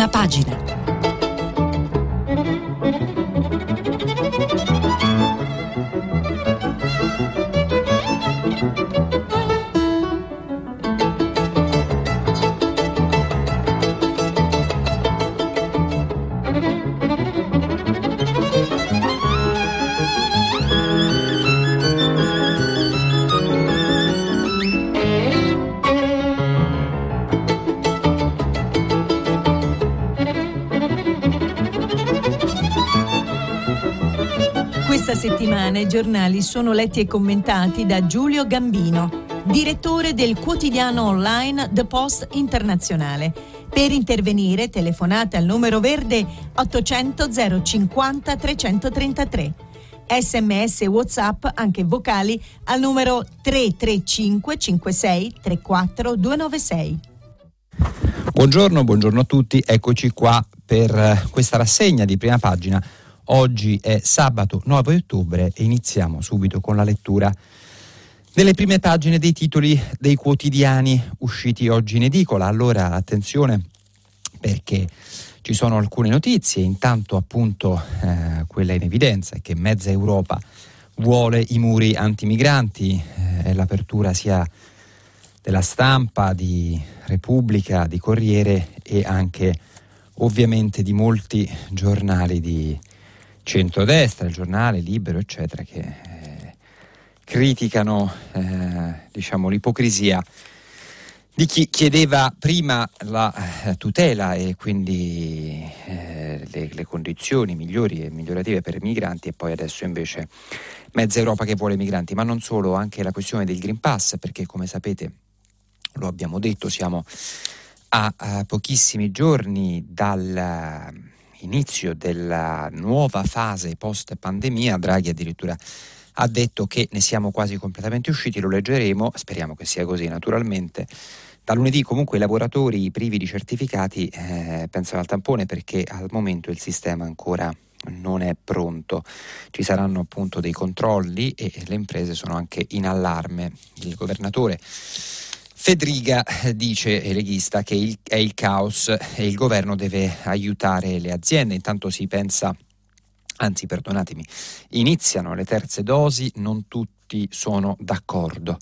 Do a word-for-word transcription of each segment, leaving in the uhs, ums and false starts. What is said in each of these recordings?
Prima pagina. Questa settimana i giornali sono letti e commentati da Giulio Gambino, direttore del quotidiano online The Post Internazionale. Per intervenire telefonate al numero verde ottocento zero cinquanta trecentotrentatré. Sms e WhatsApp, anche vocali, al numero tre tre cinque cinque sei tre quattro due nove sei. Buongiorno, buongiorno a tutti, eccoci qua per questa rassegna di Prima Pagina. Oggi è sabato nove ottobre e iniziamo subito con la lettura delle prime pagine dei titoli dei quotidiani usciti oggi in edicola. Allora attenzione, perché ci sono alcune notizie. Intanto appunto eh, quella in evidenza è che mezza Europa vuole i muri antimigranti, eh, è l'apertura sia della Stampa, di Repubblica, di Corriere e anche ovviamente di molti giornali di centrodestra, il Giornale, Libero, eccetera, che eh, criticano eh, diciamo l'ipocrisia di chi chiedeva prima la eh, tutela e quindi eh, le, le condizioni migliori e migliorative per i migranti, e poi adesso invece mezza Europa che vuole i migranti. Ma non solo, anche la questione del Green Pass, perché come sapete, lo abbiamo detto, siamo a, a pochissimi giorni dal inizio della nuova fase post pandemia. Draghi addirittura ha detto che ne siamo quasi completamente usciti, lo leggeremo, speriamo che sia così naturalmente. Da lunedì comunque i lavoratori privi di certificati eh, pensano al tampone, perché al momento il sistema ancora non è pronto. Ci saranno appunto dei controlli e le imprese sono anche in allarme. Il governatore Fedriga dice, è leghista, che il, è il caos e il governo deve aiutare le aziende. Intanto si pensa, anzi perdonatemi, iniziano le terze dosi, non tutti sono d'accordo.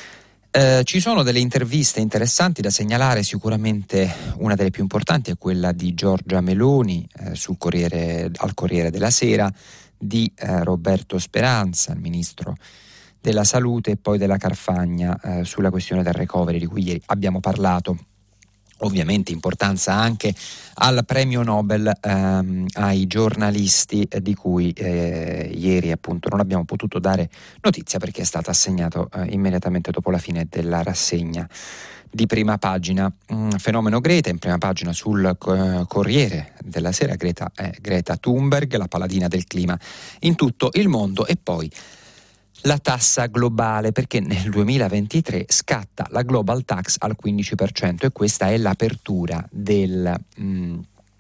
Eh, ci sono delle interviste interessanti da segnalare, sicuramente una delle più importanti è quella di Giorgia Meloni eh, sul Corriere, al Corriere della Sera, di eh, Roberto Speranza, il ministro della Salute, e poi della Carfagna eh, sulla questione del recovery di cui ieri abbiamo parlato. Ovviamente importanza anche al premio Nobel ehm, ai giornalisti, eh, di cui eh, ieri appunto non abbiamo potuto dare notizia perché è stato assegnato eh, immediatamente dopo la fine della rassegna di Prima Pagina. Mm, fenomeno Greta, in prima pagina sul eh, Corriere della Sera. Greta è Greta Thunberg, la paladina del clima in tutto il mondo. E poi la tassa globale, perché nel duemilaventitré scatta la global tax al quindici per cento, e questa è l'apertura del, mm,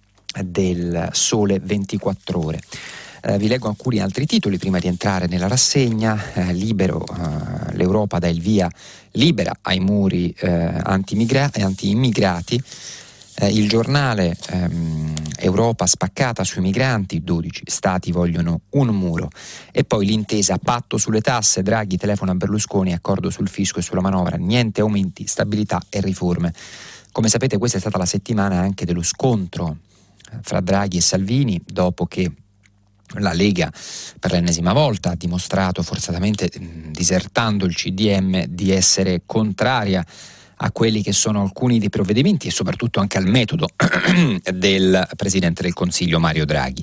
del Sole ventiquattro Ore. Eh, vi leggo alcuni altri titoli prima di entrare nella rassegna. Eh, libero, eh, l'Europa dà il via libera ai muri eh, antimigra- anti-immigrati. Eh, il Giornale, ehm, Europa spaccata sui migranti, dodici stati vogliono un muro. E poi l'intesa, patto sulle tasse, Draghi telefona a Berlusconi, accordo sul fisco e sulla manovra, niente aumenti, stabilità e riforme. Come sapete, questa è stata la settimana anche dello scontro fra Draghi e Salvini, dopo che la Lega per l'ennesima volta ha dimostrato forzatamente, disertando il C D M, di essere contraria a quelli che sono alcuni dei provvedimenti e soprattutto anche al metodo del Presidente del Consiglio Mario Draghi.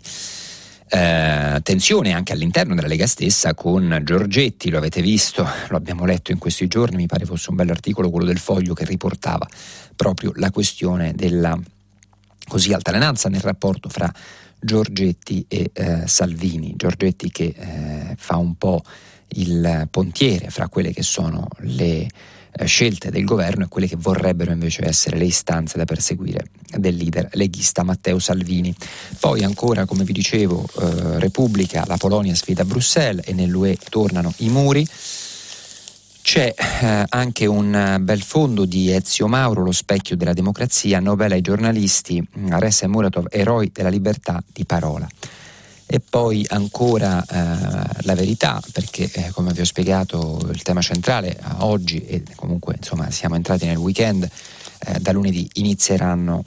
Eh, tensione anche all'interno della Lega stessa, con Giorgetti, lo avete visto, lo abbiamo letto in questi giorni, mi pare fosse un bell'articolo quello del Foglio che riportava proprio la questione della così altalenanza nel rapporto fra Giorgetti e eh, Salvini. Giorgetti che eh, fa un po' il pontiere fra quelle che sono le scelte del governo e quelle che vorrebbero invece essere le istanze da perseguire del leader leghista Matteo Salvini. Poi ancora, come vi dicevo, eh, Repubblica, la Polonia sfida Bruxelles e nell'U E tornano i muri. C'è eh, anche un bel fondo di Ezio Mauro, Lo specchio della democrazia, Nobel ai giornalisti, Ressa e Muratov, eroi della libertà di parola. E poi ancora eh, La Verità, perché eh, come vi ho spiegato il tema centrale oggi, e comunque insomma siamo entrati nel weekend, eh, da lunedì inizieranno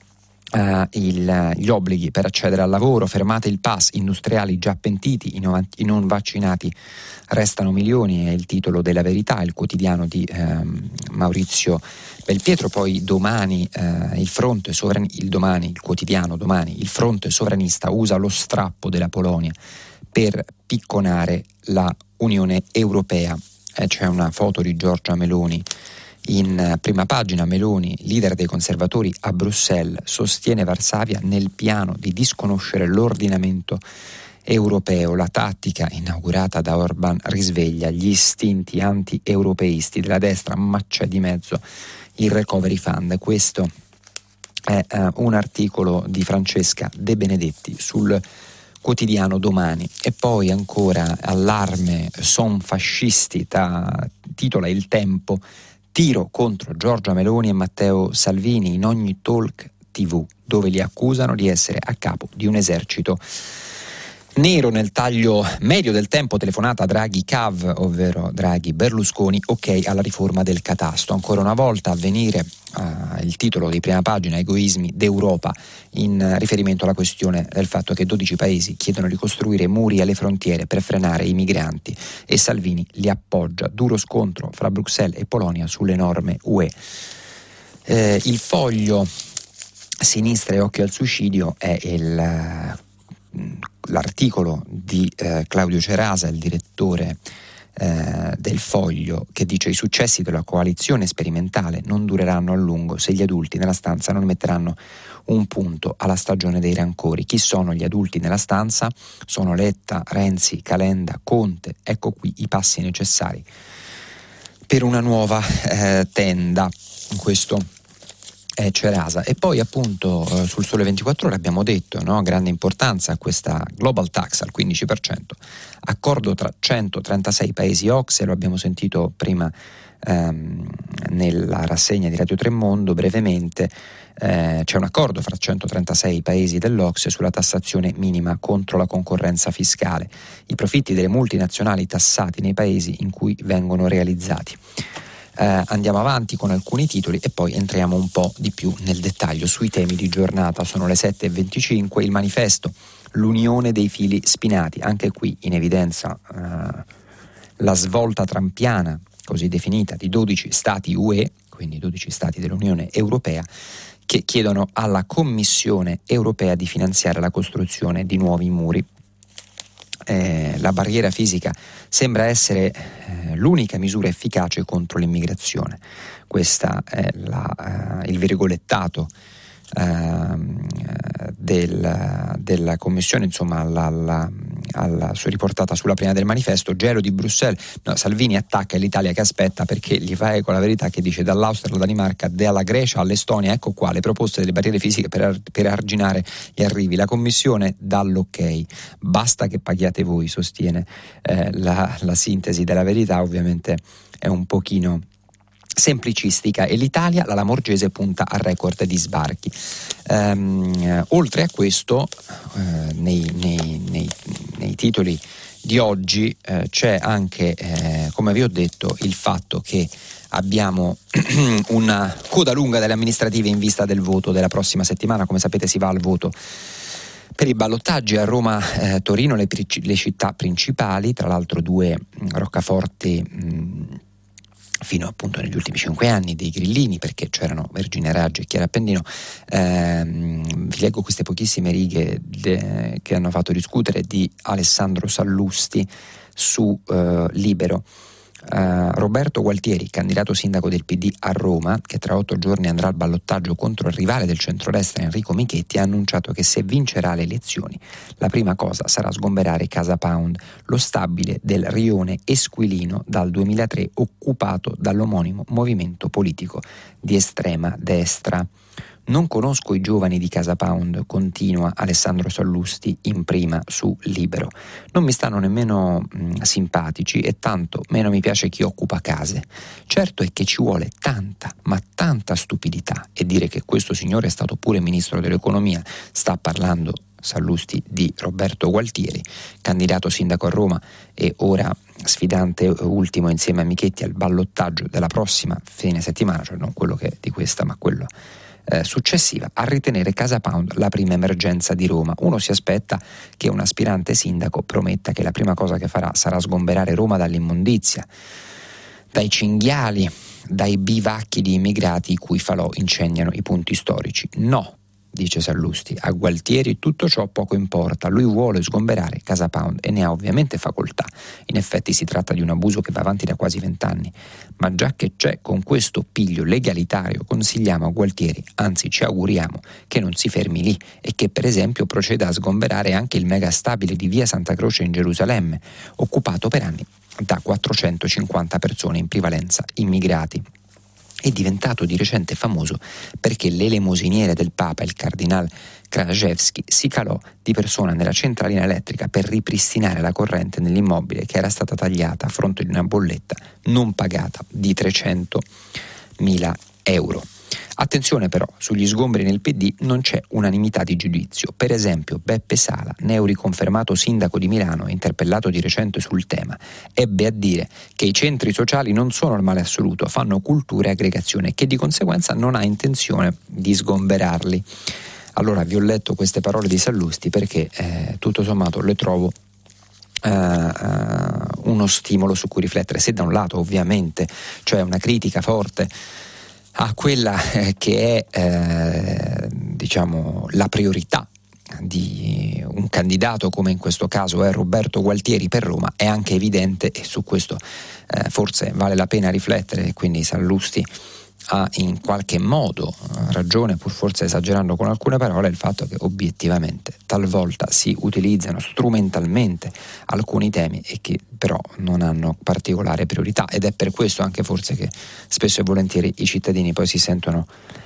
Uh, il, gli obblighi per accedere al lavoro, fermate il pass, industriali già pentiti, i non, i non vaccinati restano milioni, è il titolo della Verità, il quotidiano di uh, Maurizio Belpietro. Poi domani uh, il fronte sovran- il domani, il quotidiano domani, il fronte sovranista usa lo strappo della Polonia per picconare la Unione Europea. Eh, c'è una foto di Giorgia Meloni in prima pagina. Meloni, leader dei conservatori a Bruxelles, sostiene Varsavia nel piano di disconoscere l'ordinamento europeo. La tattica inaugurata da Orban risveglia gli istinti anti-europeisti della destra, ma c'è di mezzo il Recovery Fund. Questo è uh, un articolo di Francesca De Benedetti sul quotidiano Domani. E poi ancora allarme, son fascisti, ta, titola Il Tempo, tiro contro Giorgia Meloni e Matteo Salvini in ogni talk tivù, dove li accusano di essere a capo di un esercito nero. Nel taglio medio del Tempo, telefonata Draghi-Cav, ovvero Draghi-Berlusconi, ok alla riforma del catasto. Ancora una volta Avvenire, uh, il titolo di prima pagina, egoismi d'Europa, in riferimento alla questione del fatto che dodici paesi chiedono di costruire muri alle frontiere per frenare i migranti e Salvini li appoggia. Duro scontro fra Bruxelles e Polonia sulle norme U E. Eh, il Foglio, sinistra e occhio al suicidio, è il l'articolo di eh, Claudio Cerasa, il direttore eh, del Foglio, che dice: i successi della coalizione sperimentale non dureranno a lungo se gli adulti nella stanza non metteranno un punto alla stagione dei rancori. Chi sono gli adulti nella stanza? Sono Letta, Renzi, Calenda, Conte. Ecco qui i passi necessari per una nuova eh, tenda. Questo è Cerasa. E poi appunto eh, sul Sole ventiquattro Ore abbiamo detto, no? Grande importanza a questa global tax al quindici per cento, accordo tra centotrentasei paesi O C S E, lo abbiamo sentito prima ehm, nella rassegna di Radio Tremondo brevemente. Eh, c'è un accordo fra centotrentasei paesi dell'O C S E sulla tassazione minima contro la concorrenza fiscale, i profitti delle multinazionali tassati nei paesi in cui vengono realizzati. Eh, andiamo avanti con alcuni titoli e poi entriamo un po' di più nel dettaglio sui temi di giornata. Sono le sette e venticinque. Il Manifesto, l'unione dei fili spinati, anche qui in evidenza eh, la svolta trampiana, così definita, di dodici stati U E, quindi dodici stati dell'Unione Europea, che chiedono alla Commissione Europea di finanziare la costruzione di nuovi muri. Eh, la barriera fisica sembra essere eh, l'unica misura efficace contro l'immigrazione. Questa è la, eh, il virgolettato eh, del, della Commissione, insomma, alla, alla, alla, riportata sulla prima del Manifesto. Gelo di Bruxelles, no, Salvini attacca l'Italia che aspetta, perché gli fa eco la Verità che dice: dall'Austria alla Danimarca, dalla Grecia all'Estonia, ecco qua le proposte delle barriere fisiche per, ar- per arginare gli arrivi. La Commissione dà l'ok, basta che paghiate voi, sostiene eh, la, la sintesi della Verità. Ovviamente è un pochino semplicistica. E l'Italia, la Lamorgese, punta al record di sbarchi. Ehm, oltre a questo, eh, nei, nei, nei, nei titoli di oggi eh, c'è anche, eh, come vi ho detto, il fatto che abbiamo una coda lunga delle amministrative in vista del voto della prossima settimana. Come sapete, si va al voto per i ballottaggi a Roma, eh, Torino, le, le città principali, tra l'altro due roccaforti mh, fino appunto negli ultimi cinque anni dei grillini, perché c'erano Vergine Raggio e Chiara Appendino. Ehm, vi leggo queste pochissime righe de, che hanno fatto discutere di Alessandro Sallusti su eh, Libero. Uh, Roberto Gualtieri, candidato sindaco del P D a Roma, che tra otto giorni andrà al ballottaggio contro il rivale del centrodestra Enrico Michetti, ha annunciato che se vincerà le elezioni la prima cosa sarà sgomberare Casa Pound, lo stabile del rione Esquilino dal duemilatré occupato dall'omonimo movimento politico di estrema destra. Non conosco i giovani di Casa Pound, continua Alessandro Sallusti in prima su Libero. Non mi stanno nemmeno mh, simpatici e tanto meno mi piace chi occupa case. Certo è che ci vuole tanta, ma tanta stupidità, e dire che questo signore è stato pure ministro dell'economia, sta parlando Sallusti di Roberto Gualtieri, candidato sindaco a Roma e ora sfidante ultimo insieme a Michetti al ballottaggio della prossima fine settimana, cioè non quello che è di questa ma quello eh, successiva, a ritenere Casa Pound la prima emergenza di Roma. Uno si aspetta che un aspirante sindaco prometta che la prima cosa che farà sarà sgomberare Roma dall'immondizia, dai cinghiali, dai bivacchi di immigrati i cui falò incendiano i punti storici. No, dice Sallusti, a Gualtieri tutto ciò poco importa, lui vuole sgomberare Casa Pound e ne ha ovviamente facoltà. In effetti si tratta di un abuso che va avanti da quasi vent'anni, ma già che c'è con questo piglio legalitario consigliamo a Gualtieri, anzi ci auguriamo che non si fermi lì e che per esempio proceda a sgomberare anche il megastabile di via Santa Croce in Gerusalemme, occupato per anni da quattrocentocinquanta persone, in prevalenza immigrati. È diventato di recente famoso perché l'elemosiniere del Papa, il cardinal Krajewski, si calò di persona nella centralina elettrica per ripristinare la corrente nell'immobile che era stata tagliata a fronte di una bolletta non pagata di trecentomila euro. Attenzione però, sugli sgomberi nel P D non c'è unanimità di giudizio. Per esempio Beppe Sala, neoriconfermato sindaco di Milano e interpellato di recente sul tema, ebbe a dire che i centri sociali non sono il male assoluto, fanno cultura e aggregazione e che di conseguenza non ha intenzione di sgomberarli. Allora vi ho letto queste parole di Sallusti perché eh, tutto sommato le trovo Uh, uh, uno stimolo su cui riflettere. Se da un lato ovviamente c'è una critica forte a quella eh, che è eh, diciamo la priorità di un candidato come in questo caso è Roberto Gualtieri per Roma, è anche evidente, e su questo eh, forse vale la pena riflettere, e quindi Sallusti ha in qualche modo ragione, pur forse esagerando con alcune parole, il fatto che obiettivamente talvolta si utilizzano strumentalmente alcuni temi e che però non hanno particolare priorità, ed è per questo anche forse che spesso e volentieri i cittadini poi si sentono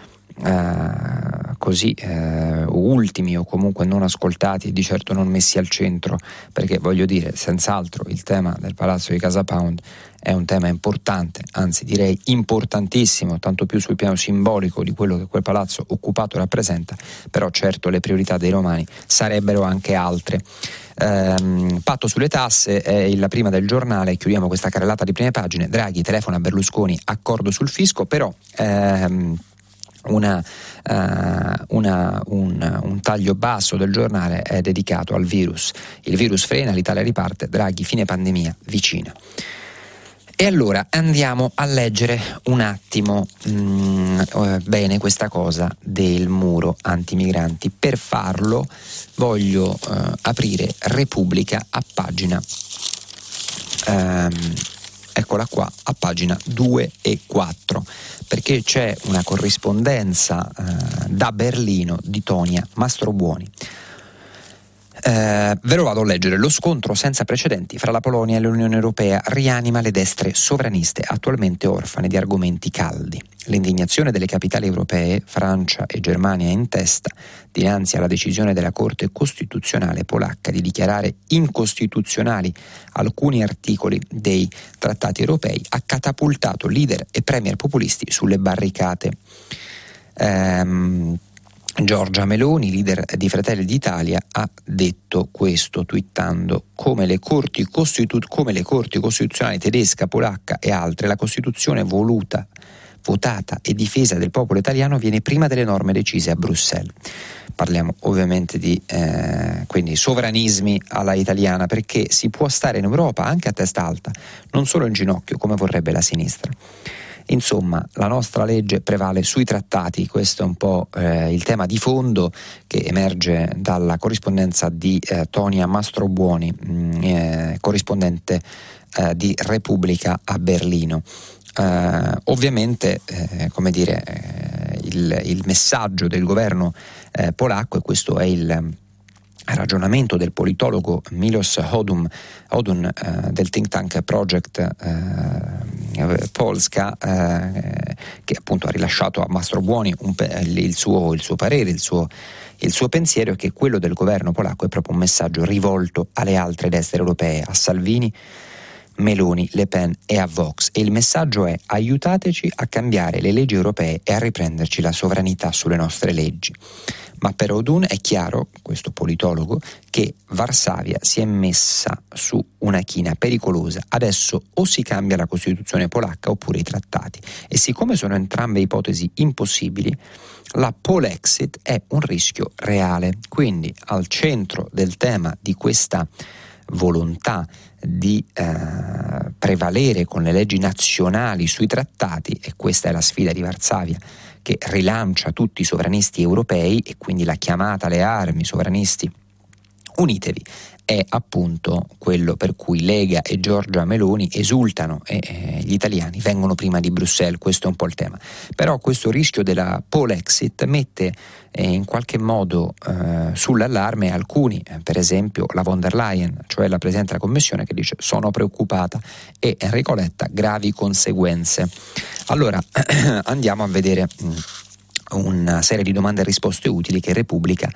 Uh, così uh, ultimi o comunque non ascoltati e di certo non messi al centro, perché voglio dire, senz'altro il tema del Palazzo di Casa Pound è un tema importante, anzi direi importantissimo, tanto più sul piano simbolico di quello che quel palazzo occupato rappresenta, però certo le priorità dei romani sarebbero anche altre. Um, patto sulle tasse è la prima del giornale, chiudiamo questa carrellata di prime pagine. Draghi telefona a Berlusconi, accordo sul fisco, però um, Una, uh, una, un, un taglio basso del giornale è dedicato al virus. Il virus frena, l'Italia riparte, Draghi fine pandemia vicina. E allora andiamo a leggere un attimo mh, eh, bene questa cosa del muro antimigranti. Per farlo voglio eh, aprire Repubblica a pagina ehm, eccola qua, a pagina due e quattro, perché c'è una corrispondenza eh, da Berlino di Tonia Mastrobuoni. Eh, ve lo vado a leggere. Lo scontro senza precedenti fra la Polonia e l'Unione Europea rianima le destre sovraniste attualmente orfane di argomenti caldi. L'indignazione delle capitali europee, Francia e Germania in testa, dinanzi alla decisione della Corte Costituzionale polacca di dichiarare incostituzionali alcuni articoli dei trattati europei, ha catapultato leader e premier populisti sulle barricate. Ehm, Giorgia Meloni, leader di Fratelli d'Italia, ha detto questo twittando: come le corti, costitu- come le corti costituzionali tedesca, polacca e altre, la Costituzione voluta, votata e difesa del popolo italiano viene prima delle norme decise a Bruxelles. Parliamo ovviamente di eh, quindi sovranismi alla italiana, perché si può stare in Europa anche a testa alta, non solo in ginocchio come vorrebbe la sinistra. Insomma, la nostra legge prevale sui trattati, questo è un po' eh, il tema di fondo che emerge dalla corrispondenza di eh, Tonia Mastrobuoni, mh, eh, corrispondente eh, di Repubblica a Berlino. Eh, ovviamente, eh, come dire, eh, il, il messaggio del governo eh, polacco, e questo è il ragionamento del politologo Milos Hodun, Hodun eh, del think tank Project eh, Polska, eh, che appunto ha rilasciato a Mastrobuoni un, il, suo, il suo parere, il suo, il suo pensiero, è che quello del governo polacco è proprio un messaggio rivolto alle altre destre europee, a Salvini, Meloni, Le Pen e a Vox, e il messaggio è: aiutateci a cambiare le leggi europee e a riprenderci la sovranità sulle nostre leggi. Ma per Hodun è chiaro, questo politologo, che Varsavia si è messa su una china pericolosa. Adesso o si cambia la Costituzione polacca oppure i trattati, e siccome sono entrambe ipotesi impossibili, la Polexit è un rischio reale. Quindi al centro del tema di questa volontà di eh, prevalere con le leggi nazionali sui trattati, e questa è la sfida di Varsavia che rilancia tutti i sovranisti europei, e quindi la chiamata alle armi: sovranisti, unitevi, è appunto quello per cui Lega e Giorgia Meloni esultano e eh, gli italiani vengono prima di Bruxelles. Questo è un po' il tema. Però questo rischio della Polexit mette eh, in qualche modo eh, sull'allarme alcuni, eh, per esempio la von der Leyen, cioè la Presidente della Commissione, che dice: sono preoccupata, e Enrico Letta: gravi conseguenze. Allora andiamo a vedere mh, una serie di domande e risposte utili che Repubblica,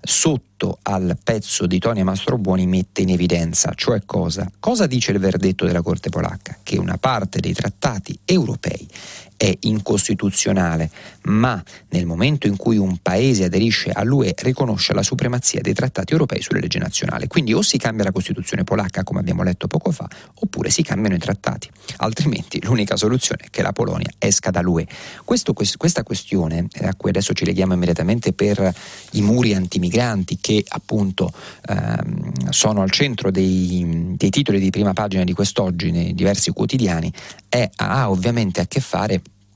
sotto al pezzo di Tonia Mastrobuoni, mette in evidenza. Cioè cosa? Cosa dice il verdetto della Corte polacca? Che una parte dei trattati europei è incostituzionale, ma nel momento in cui un paese aderisce all'U E riconosce la supremazia dei trattati europei sulle leggi nazionali. Quindi o si cambia la Costituzione polacca, come abbiamo letto poco fa, oppure si cambiano i trattati. Altrimenti l'unica soluzione è che la Polonia esca dall'U E. Questo, questa questione, a cui adesso ci leghiamo immediatamente per i muri antimigranti, che appunto ehm, sono al centro dei, dei titoli di prima pagina di quest'oggi nei diversi quotidiani, è, ha ovviamente a che fare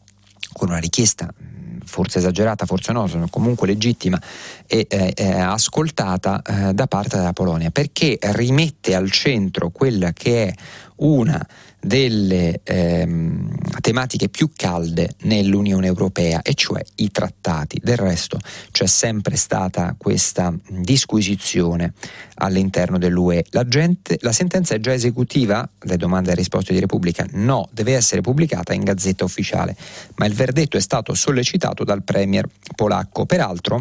con una richiesta forse esagerata, forse no, sono comunque legittima e eh, eh, ascoltata eh, da parte della Polonia, perché rimette al centro quella che è una delle ehm, tematiche più calde nell'Unione Europea, e cioè i trattati. Del resto c'è sempre stata questa disquisizione all'interno dell'U E. La, gente, la sentenza è già esecutiva? Le domande e risposte di Repubblica: no, deve essere pubblicata in Gazzetta Ufficiale, ma il verdetto è stato sollecitato dal premier polacco, peraltro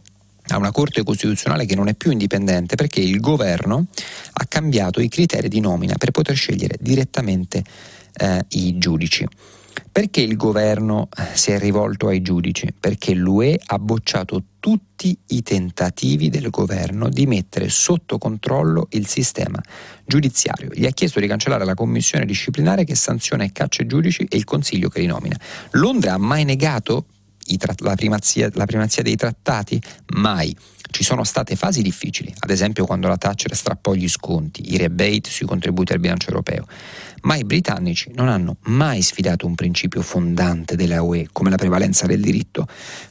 a una Corte Costituzionale che non è più indipendente, perché il governo ha cambiato i criteri di nomina per poter scegliere direttamente eh, i giudici. Perché il governo si è rivolto ai giudici? Perché l'U E ha bocciato tutti i tentativi del governo di mettere sotto controllo il sistema giudiziario. Gli ha chiesto di cancellare la commissione disciplinare che sanziona e caccia i giudici e il consiglio che li nomina. Londra ha mai negato la primazia, la primazia dei trattati? Mai. Ci sono state fasi difficili, ad esempio quando la Thatcher strappò gli sconti, i rebate sui contributi al bilancio europeo, ma i britannici non hanno mai sfidato un principio fondante della U E come la prevalenza del diritto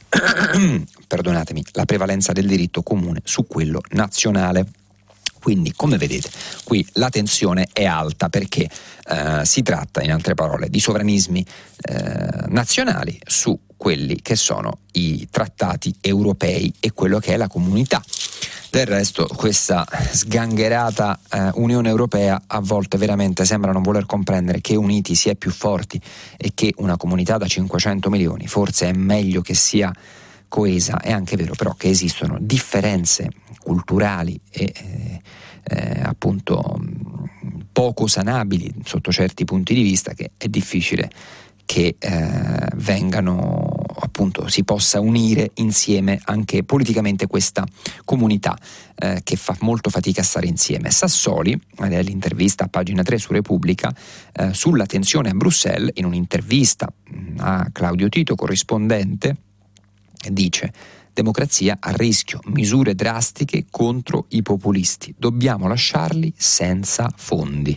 perdonatemi, la prevalenza del diritto comune su quello nazionale. Quindi, come vedete, qui la tensione è alta, perché eh, si tratta, in altre parole, di sovranismi eh, nazionali su quelli che sono i trattati europei e quello che è la comunità. Del resto, questa sgangherata eh, Unione Europea a volte veramente sembra non voler comprendere che uniti si è più forti, e che una comunità da cinquecento milioni forse è meglio che sia coesa. È anche vero però che esistono differenze culturali e eh, eh, appunto poco sanabili sotto certi punti di vista, che è difficile che eh, vengano appunto si possa unire insieme anche politicamente questa comunità eh, che fa molto fatica a stare insieme. Sassoli, nell'intervista a pagina tre su Repubblica, eh, sulla tensione a Bruxelles, in un'intervista a Claudio Tito, corrispondente, dice: democrazia a rischio, misure drastiche contro i populisti, dobbiamo lasciarli senza fondi.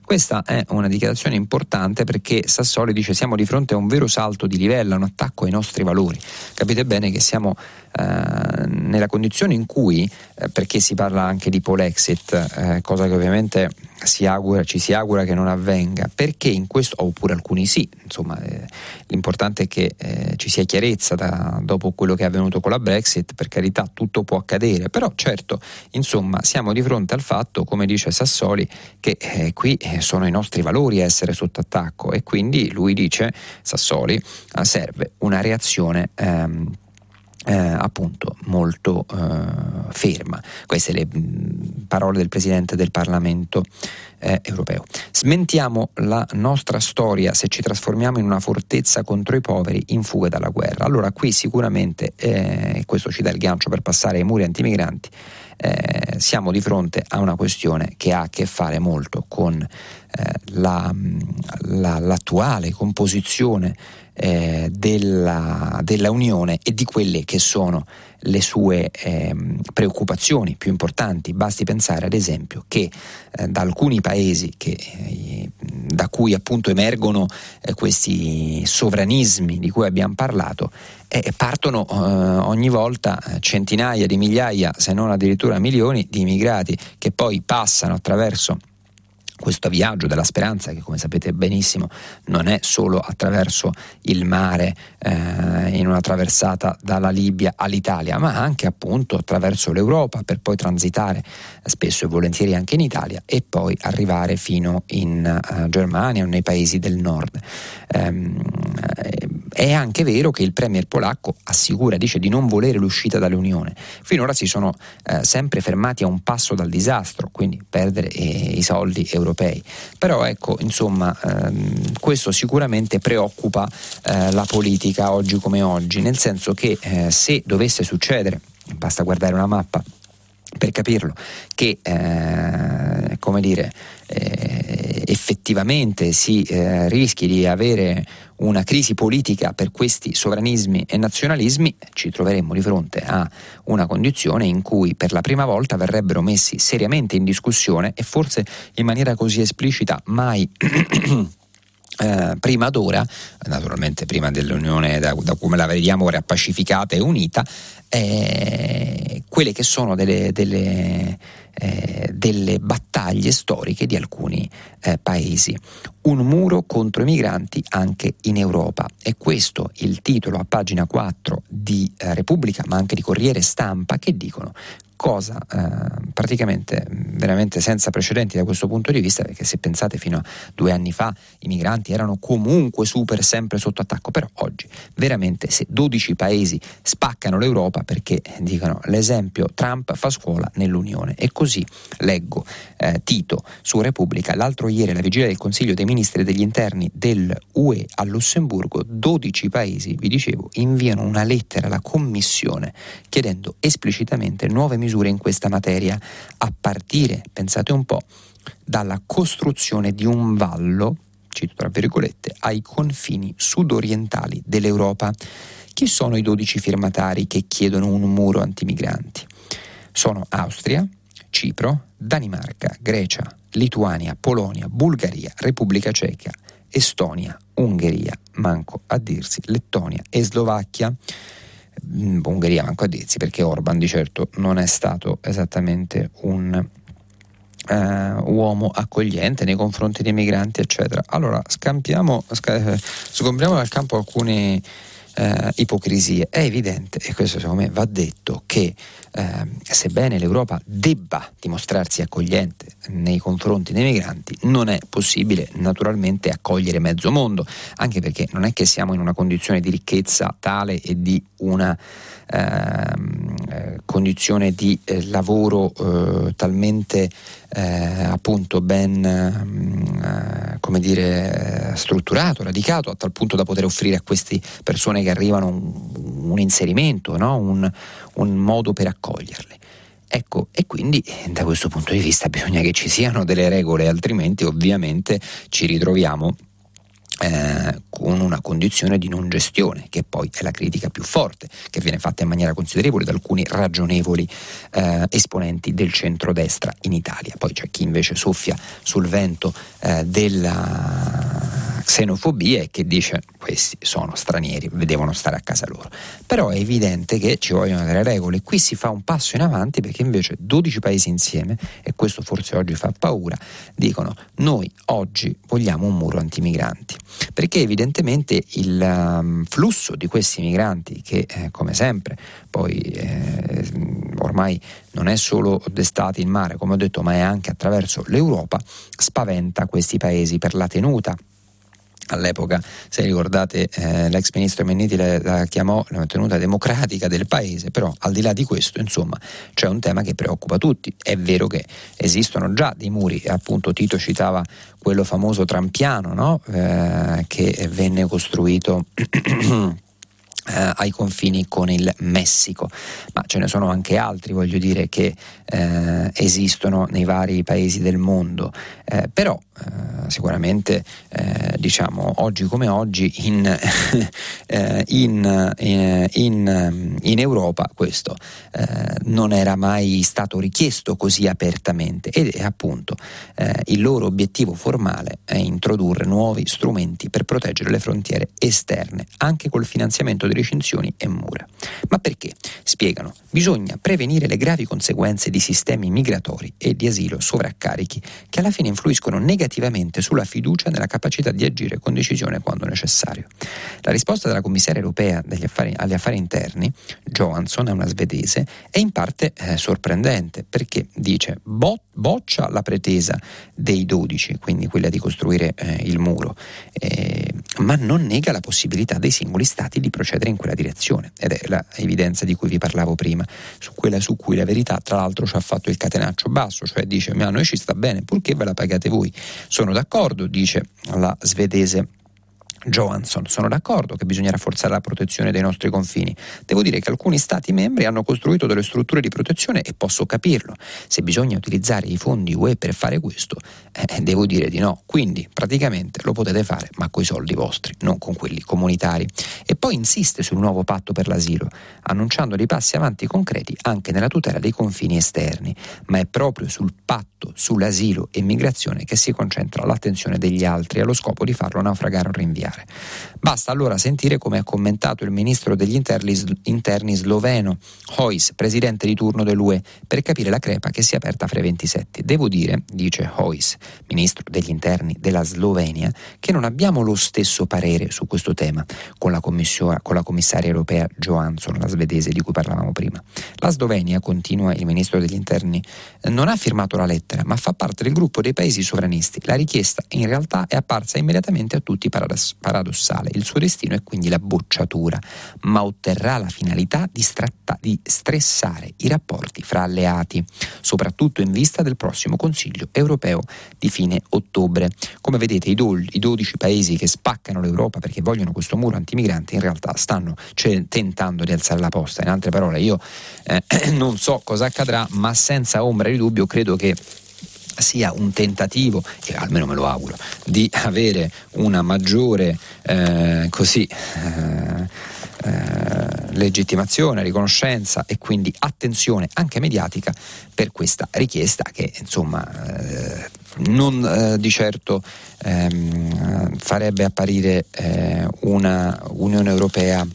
Questa è una dichiarazione importante perché Sassoli dice: siamo di fronte a un vero salto di livello, a un attacco ai nostri valori. Capite bene che siamo eh, nella condizione in cui, eh, perché si parla anche di Polexit, eh, cosa che ovviamente si augura, ci si augura che non avvenga, perché in questo, oppure alcuni sì, insomma eh, l'importante è che eh, ci sia chiarezza da, dopo quello che è avvenuto con la Brexit. Per carità, tutto può accadere, però certo, insomma, siamo di fronte al fatto, come dice Sassoli, che eh, qui sono i nostri valori a essere sotto attacco, e quindi lui dice, Sassoli, eh, serve una reazione ehm, Eh, appunto molto eh, ferma. Queste le mh, parole del Presidente del Parlamento eh, europeo. Smentiamo la nostra storia se ci trasformiamo in una fortezza contro i poveri in fuga dalla guerra. Allora qui sicuramente, eh, questo ci dà il gancio per passare ai muri antimigranti, eh, siamo di fronte a una questione che ha a che fare molto con eh, la, la, l'attuale composizione Eh, della, della Unione e di quelle che sono le sue eh, preoccupazioni più importanti. Basti pensare ad esempio che eh, da alcuni paesi che, eh, da cui appunto emergono eh, questi sovranismi di cui abbiamo parlato, eh, partono eh, ogni volta centinaia di migliaia, se non addirittura milioni di immigrati che poi passano attraverso questo viaggio della speranza, che come sapete benissimo non è solo attraverso il mare eh, in una traversata dalla Libia all'Italia, ma anche appunto attraverso l'Europa, per poi transitare spesso e volentieri anche in Italia e poi arrivare fino in uh, Germania o nei paesi del nord. Ehm, è anche vero che il premier polacco assicura, dice di non volere l'uscita dall'Unione. Finora si sono eh, sempre fermati a un passo dal disastro, quindi perdere eh, i soldi europei. Però ecco, insomma, ehm, questo sicuramente preoccupa eh, la politica oggi come oggi, nel senso che eh, se dovesse succedere, basta guardare una mappa per capirlo, che eh, come dire eh, effettivamente si eh, rischi di avere una crisi politica per questi sovranismi e nazionalismi, ci troveremmo di fronte a una condizione in cui per la prima volta verrebbero messi seriamente in discussione, e forse in maniera così esplicita mai Eh, prima d'ora, naturalmente prima dell'Unione da, da come la vediamo ora pacificata e unita, eh, quelle che sono delle, delle, eh, delle battaglie storiche di alcuni eh, paesi. Un muro contro i migranti anche in Europa, è questo il titolo a pagina quattro di eh, Repubblica, ma anche di Corriere Stampa, che dicono cosa eh, praticamente veramente senza precedenti da questo punto di vista, perché se pensate fino a due anni fa i migranti erano comunque super sempre sotto attacco, però oggi veramente se dodici paesi spaccano l'Europa perché dicono l'esempio Trump fa scuola nell'Unione. E così leggo eh, Tito su Repubblica: l'altro ieri alla vigilia del Consiglio dei Ministri degli Interni dell'U E a Lussemburgo, dodici paesi, vi dicevo, inviano una lettera alla Commissione chiedendo esplicitamente nuove misure in questa materia, a partire, pensate un po', dalla costruzione di un vallo, cito tra virgolette, ai confini sudorientali dell'Europa. Chi sono i dodici firmatari che chiedono un muro antimigranti? Sono Austria, Cipro, Danimarca, Grecia, Lituania, Polonia, Bulgaria, Repubblica Ceca, Estonia, Ungheria, manco a dirsi, Lettonia e Slovacchia. Ungheria manco a dirsi, perché Orban di certo non è stato esattamente un uh, uomo accogliente nei confronti dei migranti, eccetera. Allora scampiamo sc- sgombriamo dal campo alcune uh, ipocrisie. È evidente, e questo secondo me va detto, che uh, sebbene l'Europa debba dimostrarsi accogliente nei confronti dei migranti, non è possibile naturalmente accogliere mezzo mondo, anche perché non è che siamo in una condizione di ricchezza tale e di una eh, condizione di eh, lavoro eh, talmente eh, appunto ben eh, come dire strutturato, radicato, a tal punto da poter offrire a queste persone che arrivano un, un inserimento, no? un, un modo per accoglierle. Ecco, e quindi da questo punto di vista bisogna che ci siano delle regole, altrimenti ovviamente ci ritroviamo Eh, con una condizione di non gestione, che poi è la critica più forte, che viene fatta in maniera considerevole da alcuni ragionevoli eh, esponenti del centrodestra in Italia. Poi c'è chi invece soffia sul vento eh, della xenofobia e che dice questi sono stranieri, devono stare a casa loro. Però è evidente che ci vogliono delle regole. Qui si fa un passo in avanti, perché invece dodici paesi insieme, e questo forse oggi fa paura, dicono: noi oggi vogliamo un muro antimigranti, perché evidentemente il um, flusso di questi migranti, che eh, come sempre poi eh, ormai non è solo d'estate in mare, come ho detto, ma è anche attraverso l'Europa, spaventa questi paesi per la tenuta. All'epoca, se ricordate, eh, l'ex ministro Minniti la, la chiamò la tenuta democratica del paese, però al di là di questo, insomma, c'è un tema che preoccupa tutti. È vero che esistono già dei muri, appunto Tito citava quello famoso trampiano, no? eh, che venne costruito Eh, ai confini con il Messico, ma ce ne sono anche altri, voglio dire, che eh, esistono nei vari paesi del mondo, eh, però eh, sicuramente eh, diciamo oggi come oggi in, eh, in, in, in, in Europa questo eh, non era mai stato richiesto così apertamente, ed è appunto eh, il loro obiettivo formale è introdurre nuovi strumenti per proteggere le frontiere esterne, anche col finanziamento di recinzioni e mura. Ma perché? Spiegano: bisogna prevenire le gravi conseguenze di sistemi migratori e di asilo sovraccarichi che alla fine influiscono negativamente sulla fiducia nella capacità di agire con decisione quando necessario. La risposta della commissaria europea degli affari, agli affari interni, Johansson, è una svedese, è in parte eh, sorprendente, perché dice bo- boccia la pretesa dei dodici, quindi quella di costruire eh, il muro, eh, ma non nega la possibilità dei singoli stati di procedere in quella direzione, ed è la evidenza di cui vi parlavo prima, su quella su cui la verità tra l'altro ci ha fatto il catenaccio basso, cioè dice: ma a noi ci sta bene, purché ve la pagate voi. Sono d'accordo, dice la svedese Johansson, sono d'accordo che bisogna rafforzare la protezione dei nostri confini. Devo dire che alcuni stati membri hanno costruito delle strutture di protezione e posso capirlo. Se bisogna utilizzare i fondi U E per fare questo, eh, devo dire di no. Quindi praticamente lo potete fare, ma coi soldi vostri, non con quelli comunitari. E poi insiste sul nuovo patto per l'asilo, annunciando dei passi avanti concreti anche nella tutela dei confini esterni. Ma è proprio sul patto sull'asilo e migrazione che si concentra l'attenzione degli altri, allo scopo di farlo naufragare o rinviare. Basta allora sentire come ha commentato il ministro degli interni, interni sloveno, Hojs, presidente di turno dell'U E, per capire la crepa che si è aperta fra i ventisette. Devo dire, dice Hojs, ministro degli interni della Slovenia, che non abbiamo lo stesso parere su questo tema con la, con la commissaria europea Johansson, la svedese di cui parlavamo prima. La Slovenia, continua il ministro degli interni, non ha firmato la lettera, ma fa parte del gruppo dei paesi sovranisti. La richiesta in realtà è apparsa immediatamente a tutti paradoss- paradossale. Il suo destino è quindi la bocciatura, ma otterrà la finalità di, stratta- di stressare i rapporti fra alleati, soprattutto in vista del prossimo Consiglio europeo di fine ottobre. Come vedete, i, do- i dodici paesi che spaccano l'Europa perché vogliono questo muro antimigranti in realtà stanno cioè, tentando di alzare la posta. In altre parole, io eh, non so cosa accadrà, ma senza ombra di dubbio credo che sia un tentativo, e almeno me lo auguro, di avere una maggiore eh, così eh, eh, legittimazione, riconoscenza e quindi attenzione anche mediatica per questa richiesta che insomma eh, non eh, di certo ehm, farebbe apparire eh, una Unione Europea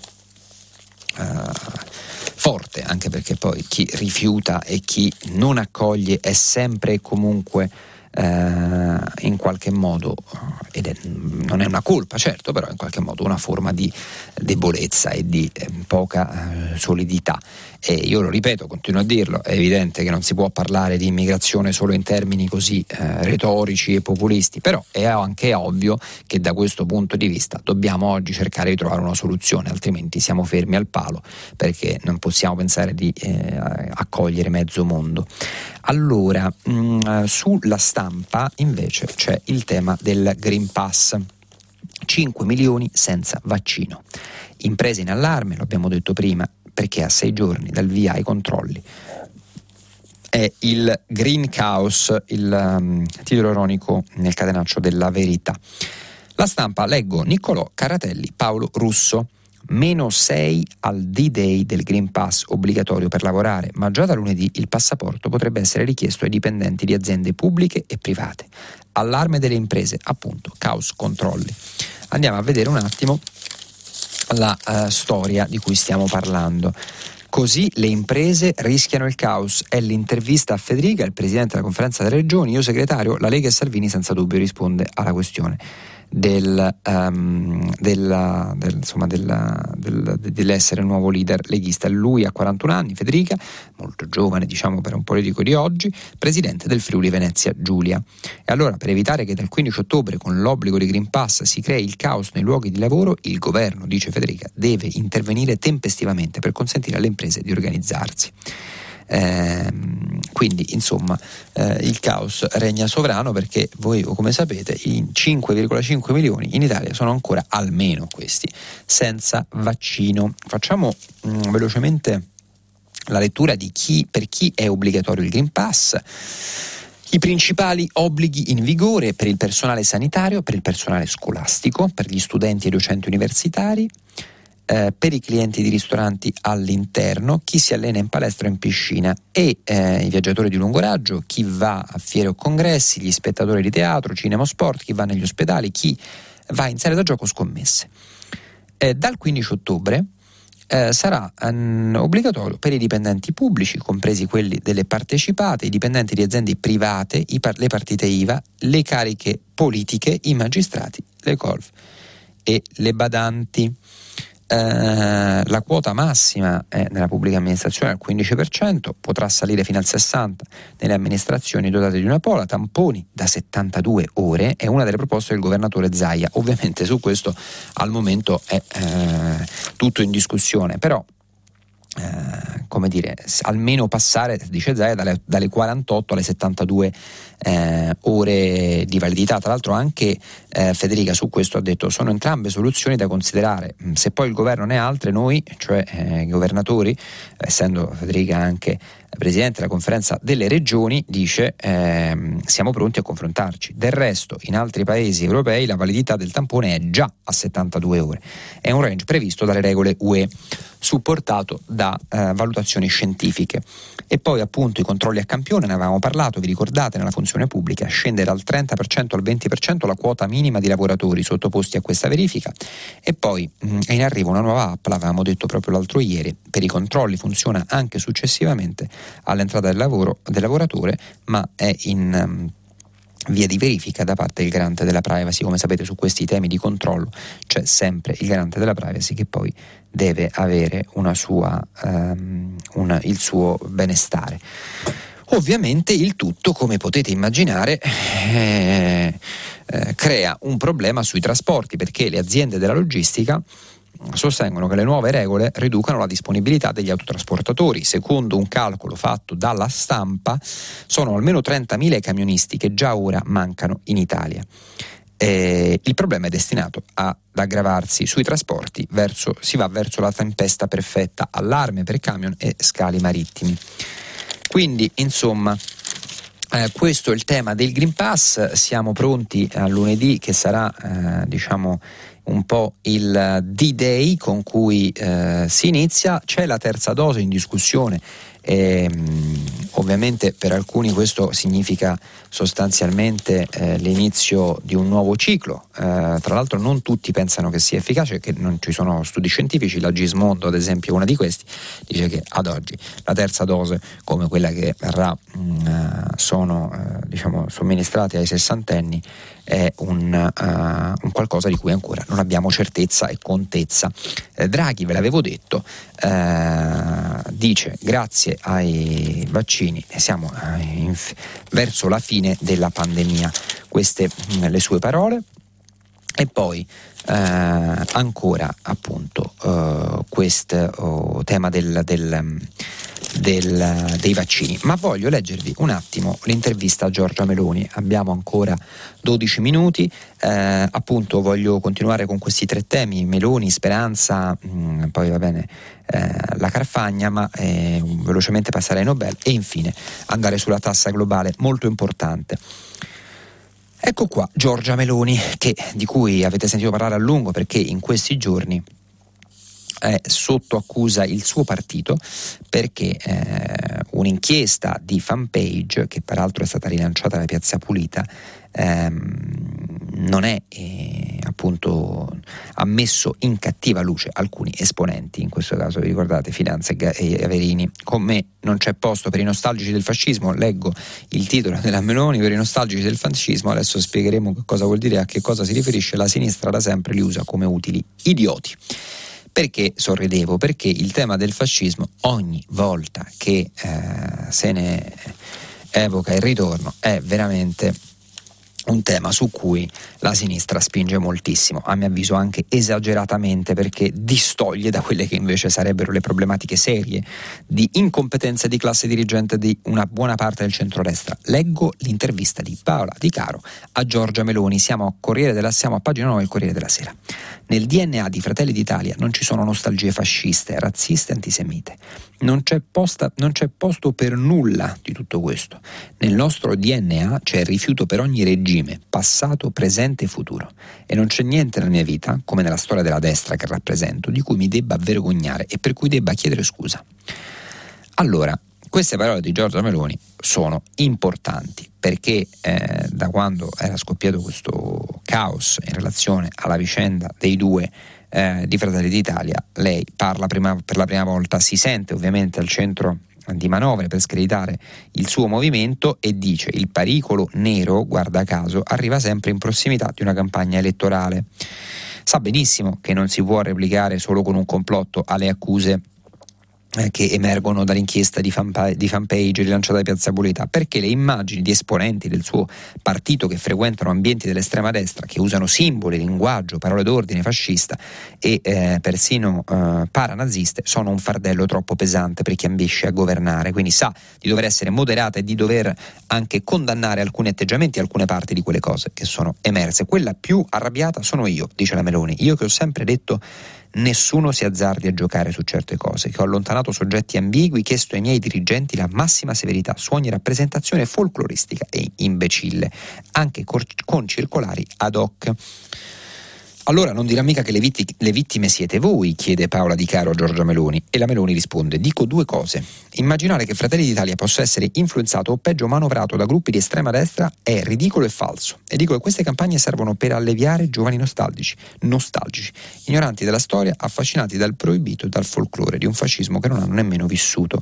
eh, forte, anche perché poi chi rifiuta e chi non accoglie è sempre e comunque eh, in qualche modo, ed è, non è una colpa certo, però in qualche modo una forma di debolezza e di eh, poca eh, solidità. E io lo ripeto, continuo a dirlo, è evidente che non si può parlare di immigrazione solo in termini così eh, retorici e populisti, però è anche ovvio che da questo punto di vista dobbiamo oggi cercare di trovare una soluzione, altrimenti siamo fermi al palo, perché non possiamo pensare di eh, accogliere mezzo mondo. Allora, mh, sulla stampa invece c'è il tema del Green Pass. cinque milioni senza vaccino. Imprese in allarme, lo abbiamo detto prima, perché a sei giorni dal via ai controlli. È il Green Chaos, il um, titolo ironico nel catenaccio della Verità. La Stampa, leggo Niccolò, Carratelli, Paolo Russo. Meno sei al D-Day del Green Pass obbligatorio per lavorare, ma già da lunedì il passaporto potrebbe essere richiesto ai dipendenti di aziende pubbliche e private. Allarme delle imprese, appunto, caos controlli. Andiamo a vedere un attimo la uh, storia di cui stiamo parlando. Così le imprese rischiano il caos, è l'intervista a Federica, il presidente della conferenza delle regioni, io segretario, la Lega e Salvini senza dubbio risponde alla questione del, um, della, del, insomma, della, del, dell'essere il nuovo leader leghista. Lui ha quarantuno anni, Federica, molto giovane diciamo per un politico di oggi, presidente del Friuli Venezia Giulia. E allora, per evitare che dal quindici ottobre con l'obbligo di Green Pass si crei il caos nei luoghi di lavoro, il governo, dice Federica, deve intervenire tempestivamente per consentire alle imprese di organizzarsi. Eh, quindi insomma eh, il caos regna sovrano, perché voi come sapete i cinque virgola cinque milioni in Italia sono ancora almeno questi senza vaccino. Facciamo mh, velocemente la lettura di chi per chi è obbligatorio il Green Pass. I principali obblighi in vigore per il personale sanitario, per il personale scolastico, per gli studenti e i docenti universitari, Eh, per i clienti di ristoranti all'interno, chi si allena in palestra o in piscina e eh, i viaggiatori di lungo raggio, chi va a fiere o congressi, gli spettatori di teatro, cinema o sport, chi va negli ospedali, chi va in sale da gioco o scommesse. Eh, dal quindici ottobre eh, sarà um, obbligatorio per i dipendenti pubblici, compresi quelli delle partecipate, i dipendenti di aziende private, i par- le partite I V A, le cariche politiche, i magistrati, le colf e le badanti. Uh, la quota massima è nella pubblica amministrazione al quindici per cento, potrà salire fino al sessanta per cento nelle amministrazioni dotate di una pola, tamponi da settantadue ore è una delle proposte del governatore Zaia. Ovviamente su questo al momento è uh, tutto in discussione, però Uh, come dire, almeno passare, dice Zaia, dalle, dalle quarantotto alle settantadue uh, ore di validità. Tra l'altro anche uh, Federica su questo ha detto sono entrambe soluzioni da considerare, se poi il governo ne ha altre, noi, cioè uh, i governatori, essendo Federica anche presidente della conferenza delle regioni, dice ehm, siamo pronti a confrontarci. Del resto in altri paesi europei la validità del tampone è già a settantadue ore, è un range previsto dalle regole U E, supportato da eh, valutazioni scientifiche. E poi appunto i controlli a campione, ne avevamo parlato, vi ricordate, nella funzione pubblica scende dal trenta per cento al venti per cento la quota minima di lavoratori sottoposti a questa verifica. E poi mh, è in arrivo una nuova app, l'avevamo detto proprio l'altro ieri, per i controlli funziona anche successivamente all'entrata del lavoro del lavoratore, ma è in um, via di verifica da parte del garante della privacy. Come sapete, su questi temi di controllo c'è sempre il garante della privacy che poi deve avere una sua um, una, il suo benestare. Ovviamente il tutto, come potete immaginare, eh, eh, crea un problema sui trasporti, perché le aziende della logistica sostengono che le nuove regole riducano la disponibilità degli autotrasportatori. Secondo un calcolo fatto dalla Stampa, sono almeno trentamila i camionisti che già ora mancano in Italia. Eh, il problema è destinato ad aggravarsi sui trasporti, verso, si va verso la tempesta perfetta, allarme per camion e scali marittimi. Quindi, insomma, Eh, questo è il tema del Green Pass. Siamo pronti a lunedì, che sarà eh, diciamo un po' il D-Day con cui eh, si inizia. C'è la terza dose in discussione. E, ovviamente per alcuni questo significa sostanzialmente eh, l'inizio di un nuovo ciclo. Eh, tra l'altro non tutti pensano che sia efficace, che non ci sono studi scientifici. La Gismondo, ad esempio, una di questi, dice che ad oggi la terza dose, come quella che verrà mh, sono eh, diciamo somministrate ai sessantenni, è un, uh, un qualcosa di cui ancora non abbiamo certezza e contezza. Eh, Draghi, ve l'avevo detto, eh, dice grazie ai vaccini siamo eh, in, verso la fine della pandemia. Queste mh, le sue parole. E poi eh, ancora appunto eh, questo oh, tema del, del, del, dei vaccini. Ma voglio leggervi un attimo l'intervista a Giorgia Meloni. Abbiamo ancora dodici minuti, eh, appunto voglio continuare con questi tre temi: Meloni, Speranza, mh, poi va bene eh, la Carfagna, ma eh, velocemente passare ai Nobel e infine andare sulla tassa globale, molto importante. Ecco qua Giorgia Meloni, che, di cui avete sentito parlare a lungo perché in questi giorni è sotto accusa il suo partito perché eh, un'inchiesta di Fanpage, che peraltro è stata rilanciata da Piazza Pulita, ehm, non è eh, appunto ammesso in cattiva luce alcuni esponenti, in questo caso vi ricordate Fidanza e Averini. Con me non c'è posto per i nostalgici del fascismo, leggo il titolo della Meloni, per i nostalgici del fascismo, adesso spiegheremo che cosa vuol dire e a che cosa si riferisce. La sinistra da sempre li usa come utili idioti. Perché sorridevo? Perché il tema del fascismo ogni volta che eh, se ne evoca il ritorno è veramente un tema su cui la sinistra spinge moltissimo, a mio avviso anche esageratamente, perché distoglie da quelle che invece sarebbero le problematiche serie di incompetenza di classe dirigente di una buona parte del centrodestra. Leggo l'intervista di Paola Di Caro a Giorgia Meloni, siamo a, Corriere della, siamo a pagina nove del Corriere della Sera. Nel D N A di Fratelli d'Italia non ci sono nostalgie fasciste, razziste e antisemite. Non c'è, posta, non c'è posto per nulla di tutto questo. Nel nostro D N A c'è il rifiuto per ogni regime, passato, presente e futuro. E non c'è niente nella mia vita, come nella storia della destra che rappresento, di cui mi debba vergognare e per cui debba chiedere scusa. Allora, queste parole di Giorgia Meloni sono importanti perché eh, da quando era scoppiato questo caos in relazione alla vicenda dei due eh, di Fratelli d'Italia, lei parla prima, per la prima volta, si sente ovviamente al centro di manovre per screditare il suo movimento e dice: il pericolo nero, guarda caso, arriva sempre in prossimità di una campagna elettorale. Sa benissimo che non si può replicare solo con un complotto alle accuse che emergono dall'inchiesta di, fanpa- di Fanpage rilanciata da Piazza Pulita, perché le immagini di esponenti del suo partito che frequentano ambienti dell'estrema destra, che usano simboli, linguaggio, parole d'ordine fascista e eh, persino eh, paranaziste, sono un fardello troppo pesante per chi ambisce a governare, quindi sa di dover essere moderata e di dover anche condannare alcuni atteggiamenti e alcune parti di quelle cose che sono emerse. Quella più arrabbiata sono io, dice la Meloni, io che ho sempre detto nessuno si azzardi a giocare su certe cose, che ho allontanato soggetti ambigui, chiesto ai miei dirigenti la massima severità su ogni rappresentazione folcloristica e imbecille, anche cor- con circolari ad hoc. Allora non dirà mica che le, vitti- le vittime siete voi, chiede Paola Di Caro a Giorgia Meloni, e la Meloni risponde: dico due cose. Immaginare che Fratelli d'Italia possa essere influenzato o peggio manovrato da gruppi di estrema destra è ridicolo e falso. E dico che queste campagne servono per alleviare giovani nostalgici, nostalgici, ignoranti della storia, affascinati dal proibito e dal folklore di un fascismo che non hanno nemmeno vissuto.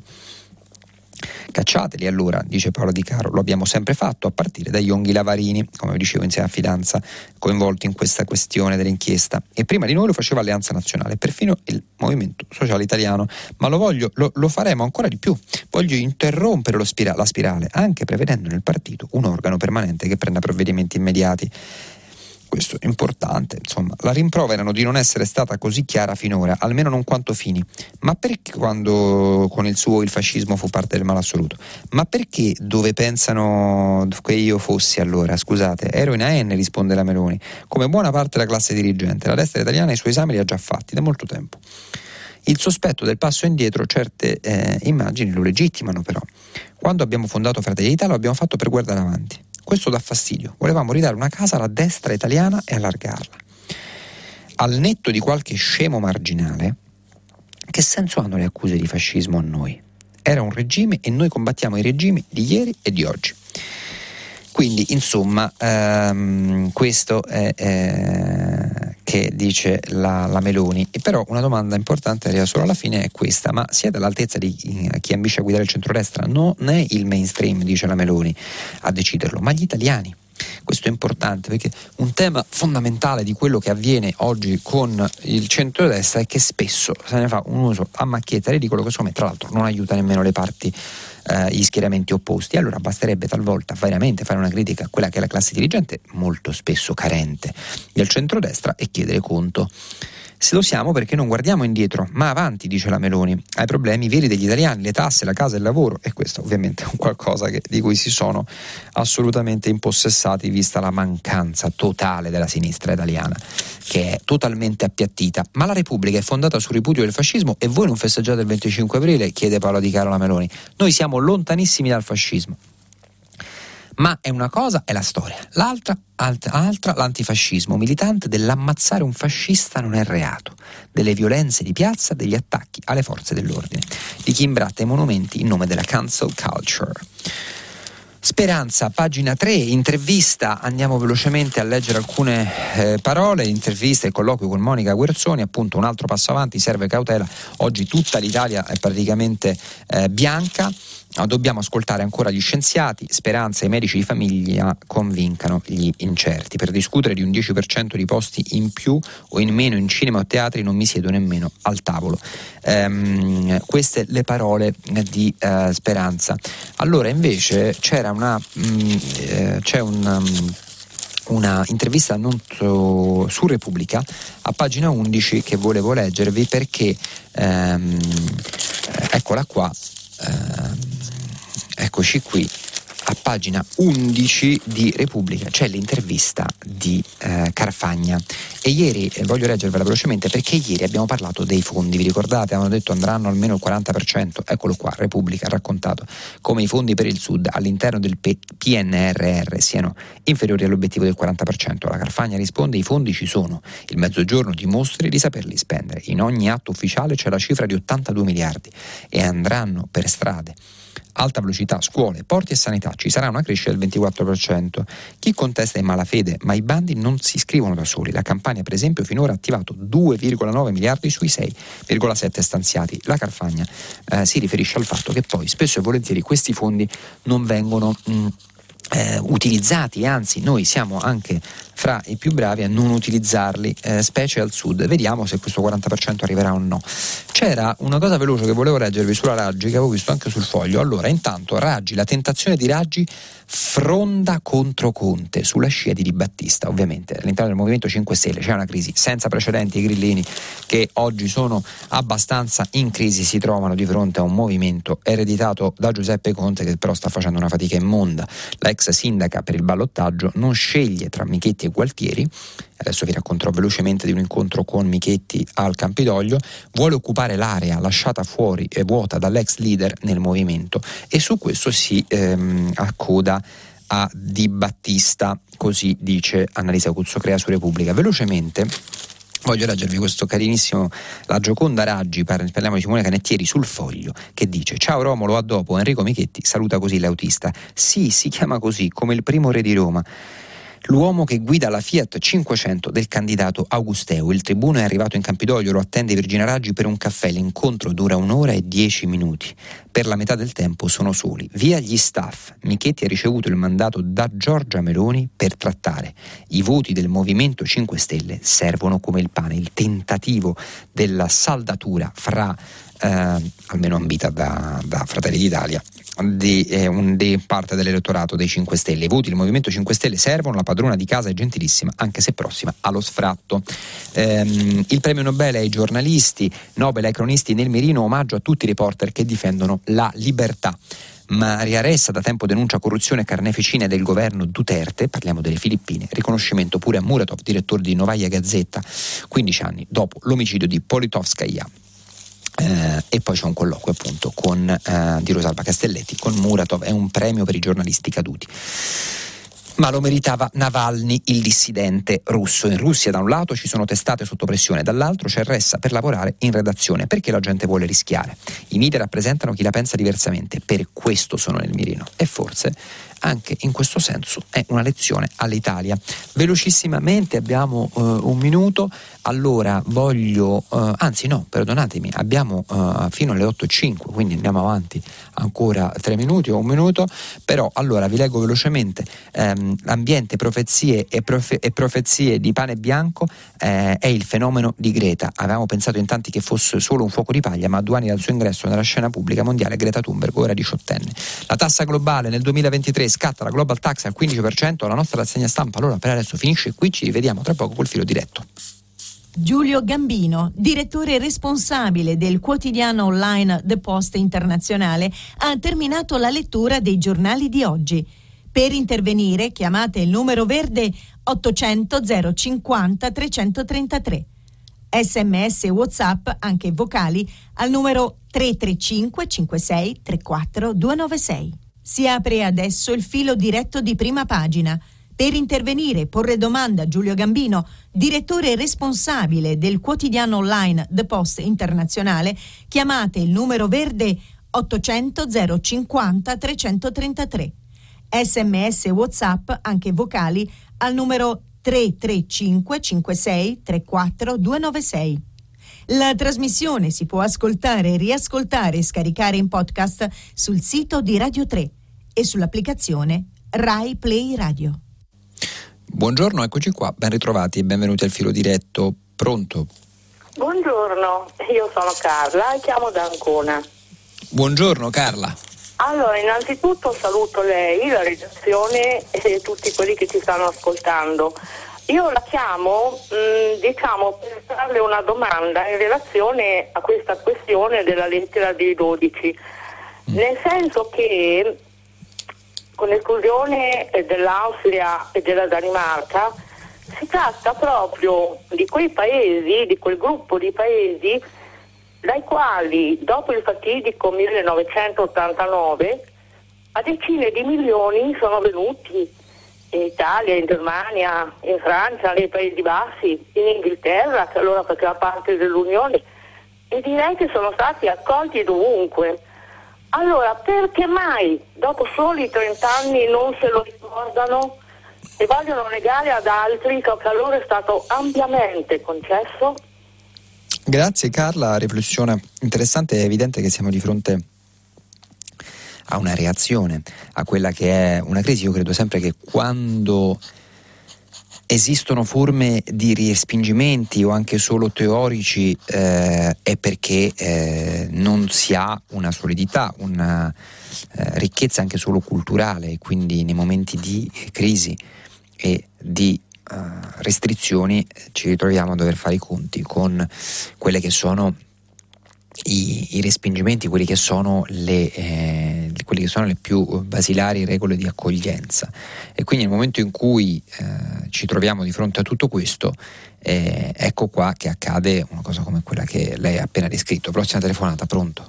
Cacciateli allora, dice Paola Di Caro, lo abbiamo sempre fatto a partire da Yonghi Lavarini, come vi dicevo insieme a Fidanza, coinvolto in questa questione dell'inchiesta, e prima di noi lo faceva Alleanza Nazionale, perfino il Movimento Sociale Italiano, ma lo voglio, lo, lo faremo ancora di più, voglio interrompere lo spira- la spirale, anche prevedendo nel partito un organo permanente che prenda provvedimenti immediati. Questo è importante, insomma, la rimproverano di non essere stata così chiara finora, almeno non quanto Fini. Ma perché quando con il suo il fascismo fu parte del male assoluto? Ma perché dove pensano che io fossi allora? Scusate, ero in A N, risponde la Meloni, come buona parte della classe dirigente. La destra italiana i suoi esami li ha già fatti da molto tempo. Il sospetto del passo indietro certe eh, immagini lo legittimano però. Quando abbiamo fondato Fratelli d'Italia lo abbiamo fatto per guardare avanti. Questo dà fastidio, volevamo ridare una casa alla destra italiana e allargarla. Al netto di qualche scemo marginale, che senso hanno le accuse di fascismo a noi? Era un regime e noi combattiamo i regimi di ieri e di oggi. Quindi, insomma, ehm, questo è eh, che dice la, la Meloni. E però una domanda importante arriva solo alla fine, è questa: ma siete all'altezza di chi ambisce a guidare il centrodestra? Non è il mainstream, dice la Meloni, a deciderlo, ma gli italiani. Questo è importante perché un tema fondamentale di quello che avviene oggi con il centrodestra è che spesso se ne fa un uso a macchietta ridicolo che secondo me tra l'altro non aiuta nemmeno le parti, eh, gli schieramenti opposti. Allora basterebbe talvolta veramente fare una critica a quella che è la classe dirigente, molto spesso carente, del centrodestra, e chiedere conto. Se lo siamo perché non guardiamo indietro, ma avanti, dice la Meloni, ai problemi veri degli italiani, le tasse, la casa e il lavoro, e questo ovviamente è un qualcosa che, di cui si sono assolutamente impossessati vista la mancanza totale della sinistra italiana, che è totalmente appiattita. Ma la Repubblica è fondata sul ripudio del fascismo e voi non festeggiate il venticinque aprile? Chiede Paola Di Caro alla Meloni. Noi siamo lontanissimi dal fascismo. Ma è una cosa è la storia, l'altra, altra, altra l'antifascismo militante dell'ammazzare un fascista non è reato, delle violenze di piazza, degli attacchi alle forze dell'ordine, di chi imbratta i monumenti in nome della cancel culture. Speranza, pagina tre, intervista, andiamo velocemente a leggere alcune eh, parole, intervista e colloquio con Monica Guerzoni, appunto un altro passo avanti, serve cautela, oggi tutta l'Italia è praticamente eh, bianca, dobbiamo ascoltare ancora gli scienziati, Speranza e i medici di famiglia convincano gli incerti, per discutere di un dieci per cento di posti in più o in meno in cinema o teatri non mi siedo nemmeno al tavolo. Ehm, queste le parole di uh, Speranza. Allora invece c'era una mh, eh, c'è un um, una intervista non to, su Repubblica a pagina undici che volevo leggervi perché ehm, eccola qua, ehm, eccoci qui a pagina undici di Repubblica c'è l'intervista di eh, Carfagna e ieri eh, voglio leggervela velocemente perché ieri abbiamo parlato dei fondi, vi ricordate? Avevano detto andranno almeno il quaranta per cento, eccolo qua, Repubblica ha raccontato come i fondi per il Sud all'interno del P N R R siano inferiori all'obiettivo del quaranta per cento. La Carfagna risponde: i fondi ci sono, il Mezzogiorno dimostri di saperli spendere, in ogni atto ufficiale c'è la cifra di ottantadue miliardi e andranno per strade, alta velocità, scuole, porti e sanità, ci sarà una crescita del ventiquattro per cento. Chi contesta è in malafede, ma i bandi non si scrivono da soli. La Campania, per esempio, finora ha attivato due virgola nove miliardi sui sei virgola sette stanziati. La Carfagna eh, si riferisce al fatto che poi spesso e volentieri questi fondi non vengono mh, eh, utilizzati, anzi noi siamo anche fra i più bravi a non utilizzarli, eh, specie al Sud. Vediamo se questo quaranta per cento arriverà o no. C'era una cosa veloce che volevo leggervi sulla Raggi, che avevo visto anche sul Foglio. Allora, intanto Raggi, la tentazione di Raggi fronda contro Conte sulla scia di Di Battista. Ovviamente all'interno del Movimento cinque Stelle c'è una crisi senza precedenti, i grillini che oggi sono abbastanza in crisi si trovano di fronte a un movimento ereditato da Giuseppe Conte che però sta facendo una fatica immonda. La ex sindaca per il ballottaggio non sceglie tra Michetti e Gualtieri, adesso vi racconterò velocemente di un incontro con Michetti al Campidoglio, vuole occupare l'area lasciata fuori e vuota dall'ex leader nel movimento e su questo si ehm, accoda a Di Battista, così dice Annalisa Cuzzocrea su Repubblica. Velocemente voglio leggervi questo carinissimo, la Gioconda Raggi, parliamo di Simone Canettieri sul Foglio, che dice: ciao Romolo, a dopo. Enrico Michetti saluta così l'autista. Sì, si chiama così, come il primo re di Roma, l'uomo che guida la Fiat cinquecento del candidato Augusteu. Il tribuno è arrivato in Campidoglio, lo attende Virginia Raggi per un caffè. L'incontro dura un'ora e dieci minuti. Per la metà del tempo sono soli. Via gli staff. Michetti ha ricevuto il mandato da Giorgia Meloni per trattare. I voti del Movimento cinque Stelle servono come il pane. Il tentativo della saldatura fra, eh, almeno ambita da, da Fratelli d'Italia, di, eh, un, di parte dell'elettorato dei cinque Stelle. I voti del Movimento cinque Stelle servono, la padrona di casa è gentilissima anche se prossima allo sfratto. Ehm, il premio Nobel ai giornalisti, Nobel ai cronisti nel mirino, omaggio a tutti i reporter che difendono la libertà. Maria Ressa da tempo denuncia corruzione e carneficina del governo Duterte, parliamo delle Filippine, riconoscimento pure a Muratov, direttore di Novaja Gazeta, quindici anni dopo l'omicidio di Politovskaya. Eh, e poi c'è un colloquio appunto con, eh, di Rosalba Castelletti con Muratov, è un premio per i giornalisti caduti. Ma lo meritava Navalny, il dissidente russo. In Russia da un lato ci sono testate sotto pressione, dall'altro c'è Ressa per lavorare in redazione, perché la gente vuole rischiare. I media rappresentano chi la pensa diversamente, per questo sono nel mirino. E forse anche in questo senso è una lezione all'Italia. Velocissimamente, abbiamo uh, un minuto, allora voglio, uh, anzi no, perdonatemi, abbiamo uh, fino alle otto e cinque, quindi andiamo avanti ancora tre minuti o un minuto, però allora vi leggo velocemente um, ambiente, profezie e, profe- e profezie di Pane Bianco, eh, è il fenomeno di Greta. Avevamo pensato in tanti che fosse solo un fuoco di paglia, ma a due anni dal suo ingresso nella scena pubblica mondiale Greta Thunberg, ora diciottenne. La tassa globale nel duemilaventitré, scatta la global tax al quindici per cento, la nostra rassegna stampa allora per adesso finisce qui, ci rivediamo tra poco col filo diretto. Giulio Gambino, direttore responsabile del quotidiano online The Post Internazionale, ha terminato la lettura dei giornali di oggi. Per intervenire chiamate il numero verde ottocento zero cinquanta trecentotrentatré. Sms e WhatsApp, anche vocali, al numero tre tre cinque cinque sei tre quattro due nove sei. Si apre adesso il filo diretto di Prima Pagina. Per intervenire e porre domanda a Giulio Gambino, direttore responsabile del quotidiano online The Post Internazionale, chiamate il numero verde ottocento zero cinquanta trecentotrentatré. Sms e WhatsApp, anche vocali, al numero tre tre cinque cinque sei tre quattro due nove sei. La trasmissione si può ascoltare, riascoltare e scaricare in podcast sul sito di Radio tre e sull'applicazione Rai Play Radio. Buongiorno, eccoci qua, ben ritrovati e benvenuti al filo diretto. Pronto? Buongiorno, io sono Carla e chiamo da Ancona. Buongiorno Carla. Allora, innanzitutto saluto lei, la redazione e tutti quelli che ci stanno ascoltando. Io la chiamo, mh, diciamo, per farle una domanda in relazione a questa questione della lettera dei dodici, mm. nel senso che con esclusione dell'Austria e della Danimarca si tratta proprio di quei paesi, di quel gruppo di paesi dai quali dopo il fatidico millenovecentottantanove a decine di milioni sono venuti in Italia, in Germania, in Francia, nei Paesi Bassi, in Inghilterra, che allora faceva parte dell'Unione, e direi che sono stati accolti dovunque. Allora, perché mai dopo soli trent'anni non se lo ricordano e vogliono negare ad altri ciò che a loro è stato ampiamente concesso? Grazie Carla, riflessione interessante. È evidente che siamo di fronte a una reazione a quella che è una crisi. Io credo sempre che quando esistono forme di respingimenti o anche solo teorici eh, è perché eh, non si ha una solidità, una eh, ricchezza anche solo culturale, e quindi nei momenti di crisi e di uh, restrizioni ci ritroviamo a dover fare i conti con quelle che sono I, i respingimenti, quelli che sono le eh, quelli che sono le più basilari regole di accoglienza. E quindi nel momento in cui eh, ci troviamo di fronte a tutto questo, eh, ecco qua che accade una cosa come quella che lei ha appena descritto. Prossima telefonata, pronto?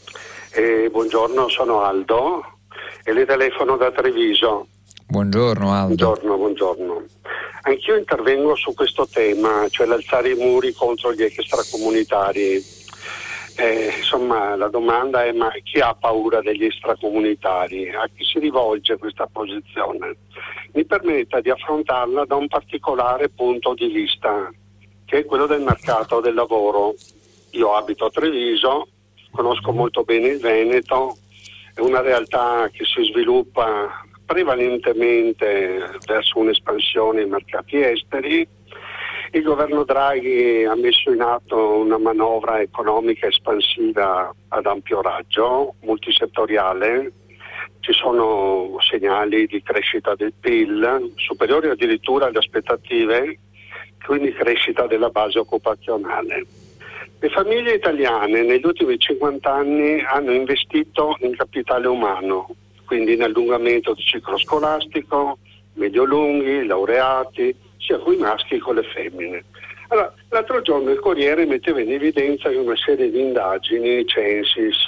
Eh, buongiorno, sono Aldo e le telefono da Treviso. Buongiorno Aldo. Buongiorno, buongiorno. Anch'io intervengo su questo tema, cioè l'alzare i muri contro gli extracomunitari. Eh, insomma, la domanda è: ma chi ha paura degli extracomunitari? A chi si rivolge questa posizione? Mi permetta di affrontarla da un particolare punto di vista, che è quello del mercato del lavoro. Io abito a Treviso, conosco molto bene il Veneto, è una realtà che si sviluppa prevalentemente verso un'espansione ai mercati esteri. Il governo Draghi ha messo in atto una manovra economica espansiva ad ampio raggio, multisettoriale. Ci sono segnali di crescita del P I L superiori addirittura alle aspettative, quindi crescita della base occupazionale. Le famiglie italiane negli ultimi cinquanta anni hanno investito in capitale umano, quindi in allungamento del ciclo scolastico, medio-lunghi, laureati, sia con i maschi che con le femmine. Allora, l'altro giorno il Corriere metteva in evidenza una serie di indagini, censis,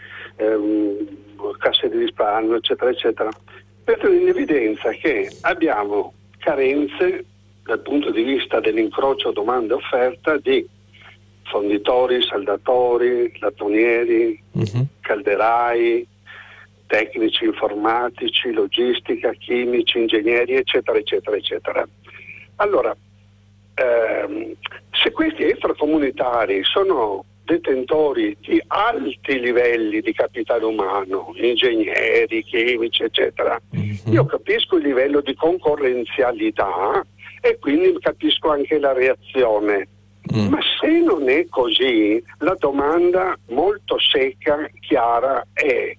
ehm, casse di risparmio, eccetera, eccetera, mettono in evidenza che abbiamo carenze dal punto di vista dell'incrocio domanda e offerta di fonditori, saldatori, lattonieri, uh-huh. calderai, tecnici informatici, logistica, chimici, ingegneri, eccetera, eccetera, eccetera. Allora, ehm, se questi extracomunitari sono detentori di alti livelli di capitale umano, ingegneri, chimici, eccetera, mm-hmm. io capisco il livello di concorrenzialità e quindi capisco anche la reazione. Mm. Ma se non è così, la domanda molto secca, chiara è: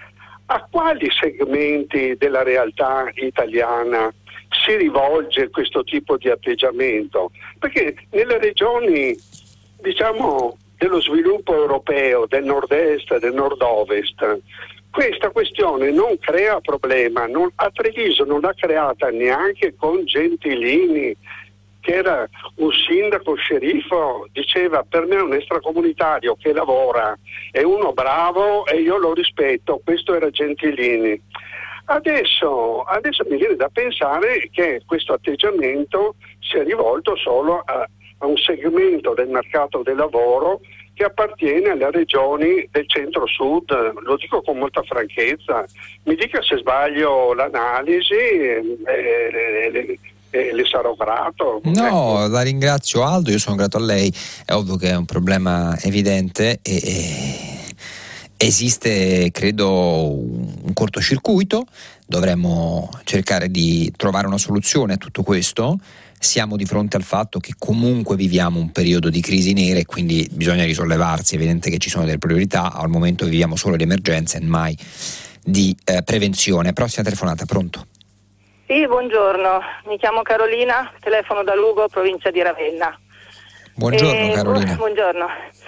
a quali segmenti della realtà italiana si rivolge questo tipo di atteggiamento? Perché nelle regioni, diciamo, dello sviluppo europeo, del nord-est, del nord-ovest, questa questione non crea problema. Non, a Treviso non l'ha creata neanche con Gentilini, che era un sindaco sceriffo, diceva: per me è un extracomunitario che lavora, è uno bravo e io lo rispetto. Questo era Gentilini. Adesso, adesso mi viene da pensare che questo atteggiamento sia rivolto solo a, a un segmento del mercato del lavoro che appartiene alle regioni del centro-sud. Lo dico con molta franchezza, mi dica se sbaglio l'analisi e, e, e, e le sarò grato. No, ecco. La ringrazio Aldo, io sono grato a lei. È ovvio che è un problema evidente e, e esiste, credo, un cortocircuito. Dovremmo cercare di trovare una soluzione a tutto questo. Siamo di fronte al fatto che comunque viviamo un periodo di crisi nera e quindi bisogna risollevarsi. È evidente che ci sono delle priorità, al momento viviamo solo di emergenza e mai di eh, prevenzione. Prossima telefonata, pronto? Sì, buongiorno, mi chiamo Carolina, telefono da Lugo, provincia di Ravenna. Buongiorno eh, Carolina. Bu- buongiorno,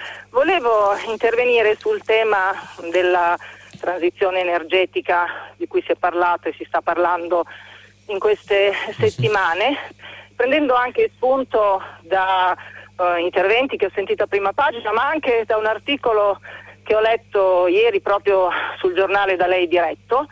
volevo intervenire sul tema della transizione energetica di cui si è parlato e si sta parlando in queste settimane, prendendo anche spunto da uh, interventi che ho sentito a prima pagina, ma anche da un articolo che ho letto ieri proprio sul giornale da lei diretto,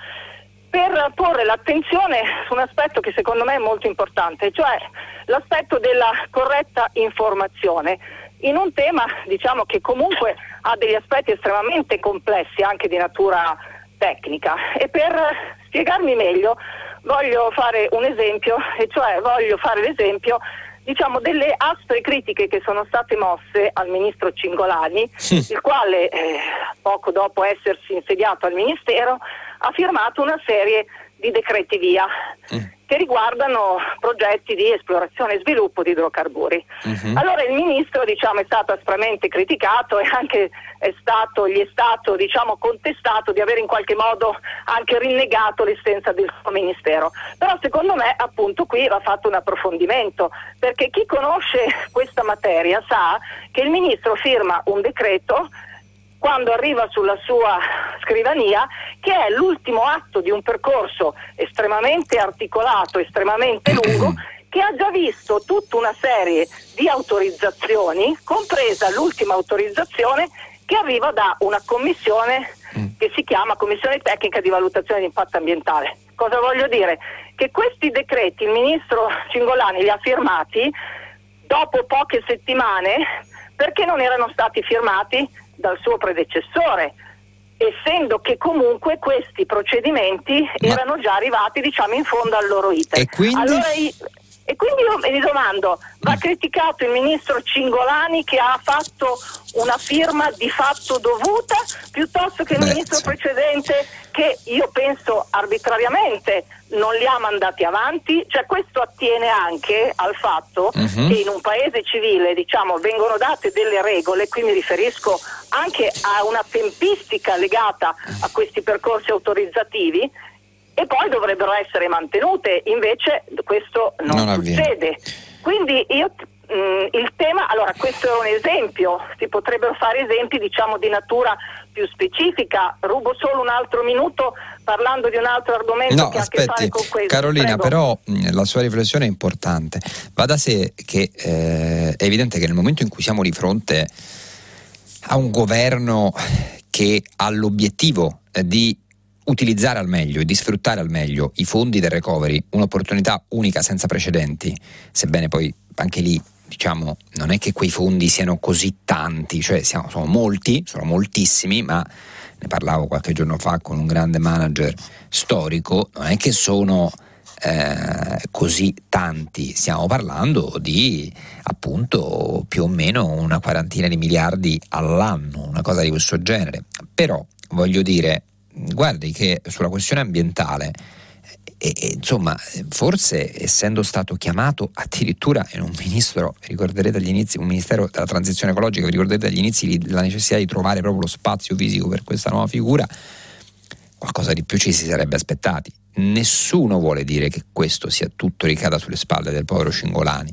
per porre l'attenzione su un aspetto che secondo me è molto importante, cioè l'aspetto della corretta informazione in un tema, diciamo, che comunque ha degli aspetti estremamente complessi anche di natura tecnica. E per spiegarmi meglio voglio fare un esempio, e cioè voglio fare l'esempio, diciamo, delle aspre critiche che sono state mosse al ministro Cingolani, sì. il quale eh, poco dopo essersi insediato al ministero ha firmato una serie di decreti via mm. che riguardano progetti di esplorazione e sviluppo di idrocarburi. Mm-hmm. Allora il ministro, diciamo, è stato aspramente criticato e anche è stato, gli è stato, diciamo, contestato di aver in qualche modo anche rinnegato l'essenza del suo ministero. Però secondo me appunto qui va fatto un approfondimento, perché chi conosce questa materia sa che il ministro firma un decreto quando arriva sulla sua scrivania, che è l'ultimo atto di un percorso estremamente articolato, estremamente lungo, che ha già visto tutta una serie di autorizzazioni, compresa l'ultima autorizzazione che arriva da una commissione che si chiama Commissione Tecnica di Valutazione di Impatto Ambientale. Cosa voglio dire? Che questi decreti il ministro Cingolani li ha firmati dopo poche settimane, perché non erano stati firmati dal suo predecessore, essendo che comunque questi procedimenti Ma... erano già arrivati, diciamo, in fondo al loro iter. E quindi? Allora, io, e quindi io mi domando, va criticato il ministro Cingolani che ha fatto una firma di fatto dovuta, piuttosto che il Beh, ministro sì. precedente che io penso arbitrariamente non li ha mandati avanti? Cioè questo attiene anche al fatto uh-huh. che in un paese civile, diciamo, vengono date delle regole, qui mi riferisco anche a una tempistica legata a questi percorsi autorizzativi, e poi dovrebbero essere mantenute, invece questo non, non succede. Quindi io mh, il tema, allora questo è un esempio, si potrebbero fare esempi, diciamo, di natura più specifica. Rubo solo un altro minuto parlando di un altro argomento no, che aspetti, ha a che fare con questo. Carolina, Prego. Però mh, la sua riflessione è importante. Va da sé che eh, è evidente che nel momento in cui siamo di fronte a un governo che ha l'obiettivo eh, di utilizzare al meglio e di sfruttare al meglio i fondi del recovery, un'opportunità unica senza precedenti, sebbene poi anche lì, diciamo, non è che quei fondi siano così tanti, cioè siamo, sono molti, sono moltissimi, ma ne parlavo qualche giorno fa con un grande manager storico, non è che sono eh, così tanti, stiamo parlando di appunto più o meno una quarantina di miliardi all'anno, una cosa di questo genere. Però voglio dire, guardi che sulla questione ambientale e, e, insomma, forse essendo stato chiamato addirittura in un ministro, vi ricorderete agli inizi, un ministero della transizione ecologica, vi ricorderete agli inizi la necessità di trovare proprio lo spazio fisico per questa nuova figura, qualcosa di più ci si sarebbe aspettati. Nessuno vuole dire che questo sia tutto ricada sulle spalle del povero Cingolani.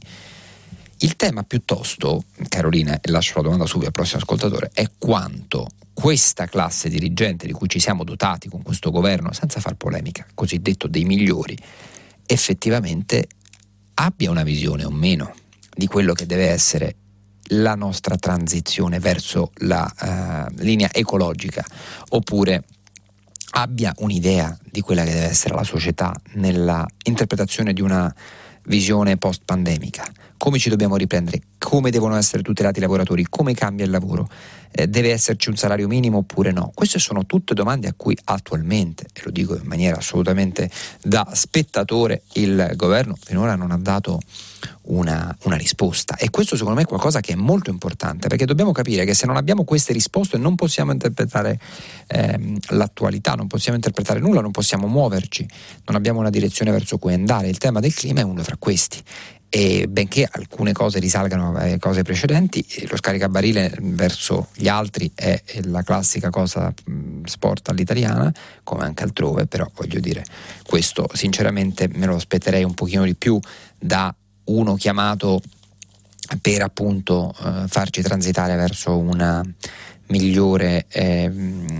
Il tema piuttosto, Carolina, e lascio la domanda subito al prossimo ascoltatore, è quanto questa classe dirigente di cui ci siamo dotati con questo governo, senza far polemica, cosiddetto dei migliori, effettivamente abbia una visione o meno di quello che deve essere la nostra transizione verso la uh, linea ecologica, oppure abbia un'idea di quella che deve essere la società nella interpretazione di una visione post pandemica. Come ci dobbiamo riprendere, come devono essere tutelati i lavoratori, come cambia il lavoro, eh, deve esserci un salario minimo oppure no? Queste sono tutte domande a cui attualmente, e lo dico in maniera assolutamente da spettatore, il governo finora non ha dato una, una risposta, e questo secondo me è qualcosa che è molto importante, perché dobbiamo capire che se non abbiamo queste risposte non possiamo interpretare ehm, l'attualità, non possiamo interpretare nulla, non possiamo muoverci, non abbiamo una direzione verso cui andare. Il tema del clima è uno fra questi, e benché alcune cose risalgano a cose precedenti, lo scaricabarile verso gli altri è la classica cosa sport all'italiana, come anche altrove, però voglio dire, questo sinceramente me lo aspetterei un pochino di più da uno chiamato per appunto eh, farci transitare verso una migliore eh,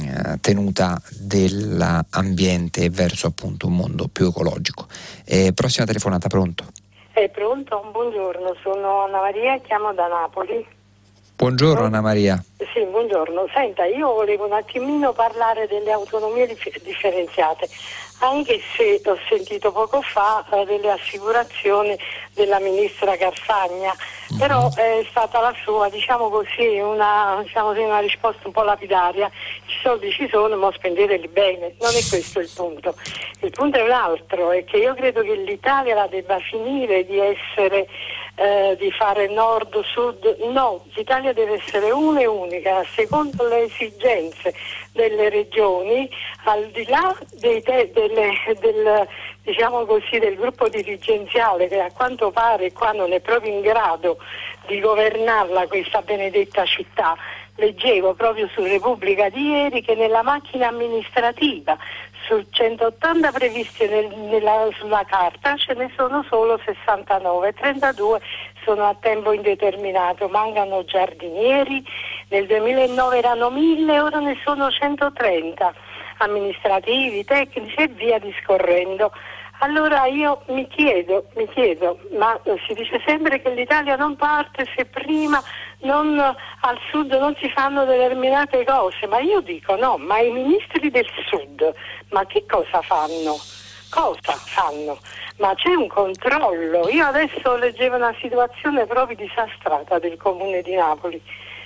tenuta dell'ambiente e verso appunto un mondo più ecologico. Eh, prossima telefonata, pronto? È pronto? Buongiorno, sono Anna Maria e chiamo da Napoli. Buongiorno Anna Maria. Sì, buongiorno. Senta, io volevo un attimino parlare delle autonomie dif- differenziate, anche se ho sentito poco fa eh, delle assicurazioni della ministra Carfagna, mm-hmm. però è stata la sua, diciamo così, una, diciamo così, una risposta un po' lapidaria. I soldi ci sono, ma spendeteli bene. Non è questo il punto. Il punto è un altro, è che io credo che l'Italia la debba finire di essere Eh, di fare nord-sud. No, l'Italia deve essere una e unica, secondo le esigenze delle regioni, al di là dei te- delle, del, diciamo così, del gruppo dirigenziale che a quanto pare qua non è proprio in grado di governarla questa benedetta città. Leggevo proprio su Repubblica di ieri che nella macchina amministrativa su centottanta previsti nel, nella, sulla carta ce ne sono solo sessantanove, trentadue sono a tempo indeterminato, mancano giardinieri, nel duemilanove erano mille, ora ne sono centotrenta, amministrativi, tecnici e via discorrendo. Allora io mi chiedo, mi chiedo, ma si dice sempre che l'Italia non parte se prima non, al sud non si fanno determinate cose, ma io dico no, ma i ministri del sud, ma che cosa fanno? Cosa fanno? Ma c'è un controllo. Io adesso leggevo una situazione proprio disastrata del comune di Napoli.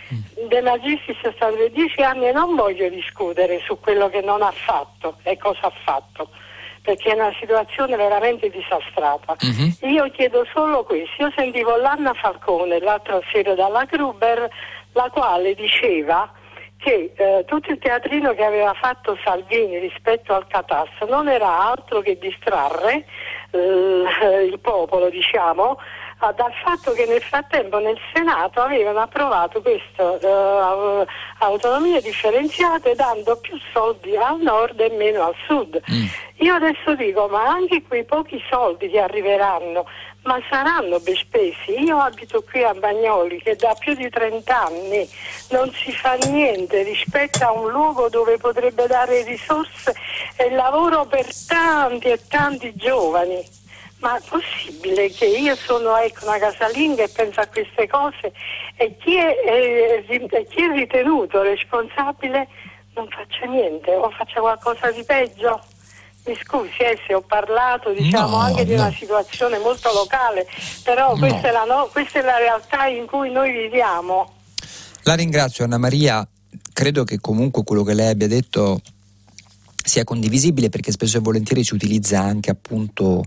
De Magistris è stato per dieci anni e non voglio discutere su quello che non ha fatto e cosa ha fatto, perché è una situazione veramente disastrata. Uh-huh. Io chiedo solo questo. Io sentivo l'Anna Falcone l'altra sera dalla Gruber, la quale diceva che eh, tutto il teatrino che aveva fatto Salvini rispetto al catasto non era altro che distrarre eh, il popolo, diciamo, dal fatto che nel frattempo nel Senato avevano approvato queste uh, autonomie differenziate, dando più soldi al nord e meno al sud. Mm. Io adesso dico, ma anche quei pochi soldi che arriveranno, ma saranno ben spesi? Io abito qui a Bagnoli, che da più di trenta anni non si fa niente rispetto a un luogo dove potrebbe dare risorse e lavoro per tanti e tanti giovani. Ma è possibile che io sono ecco, una casalinga e penso a queste cose, e chi è, è, è, chi è ritenuto responsabile non faccia niente o faccia qualcosa di peggio? Mi scusi eh, se ho parlato diciamo no, anche di no. una situazione molto locale, però no. questa, è la no, questa è la realtà in cui noi viviamo. La ringrazio Anna Maria, credo che comunque quello che lei abbia detto sia condivisibile, perché spesso e volentieri si utilizza anche appunto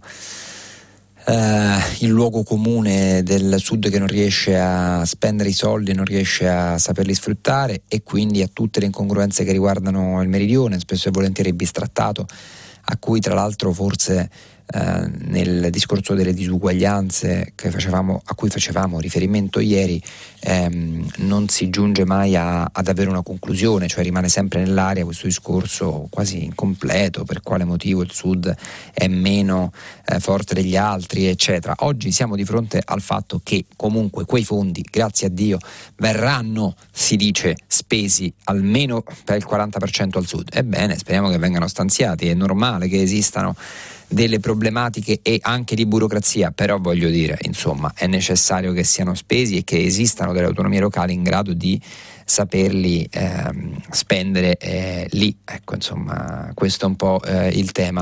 Uh, il luogo comune del sud che non riesce a spendere i soldi, non riesce a saperli sfruttare, e quindi a tutte le incongruenze che riguardano il meridione, spesso e volentieri bistrattato, a cui tra l'altro forse Uh, nel discorso delle disuguaglianze che facevamo, a cui facevamo riferimento ieri, ehm, non si giunge mai a, ad avere una conclusione, cioè rimane sempre nell'aria questo discorso quasi incompleto, per quale motivo il sud è meno eh, forte degli altri, eccetera. Oggi siamo di fronte al fatto che comunque quei fondi, grazie a Dio, verranno, si dice, spesi almeno per il quaranta per cento al sud. Ebbene, speriamo che vengano stanziati, è normale che esistano delle problematiche e anche di burocrazia, però voglio dire, insomma, è necessario che siano spesi e che esistano delle autonomie locali in grado di saperli ehm, spendere eh, lì, ecco, insomma, questo è un po' eh, il tema.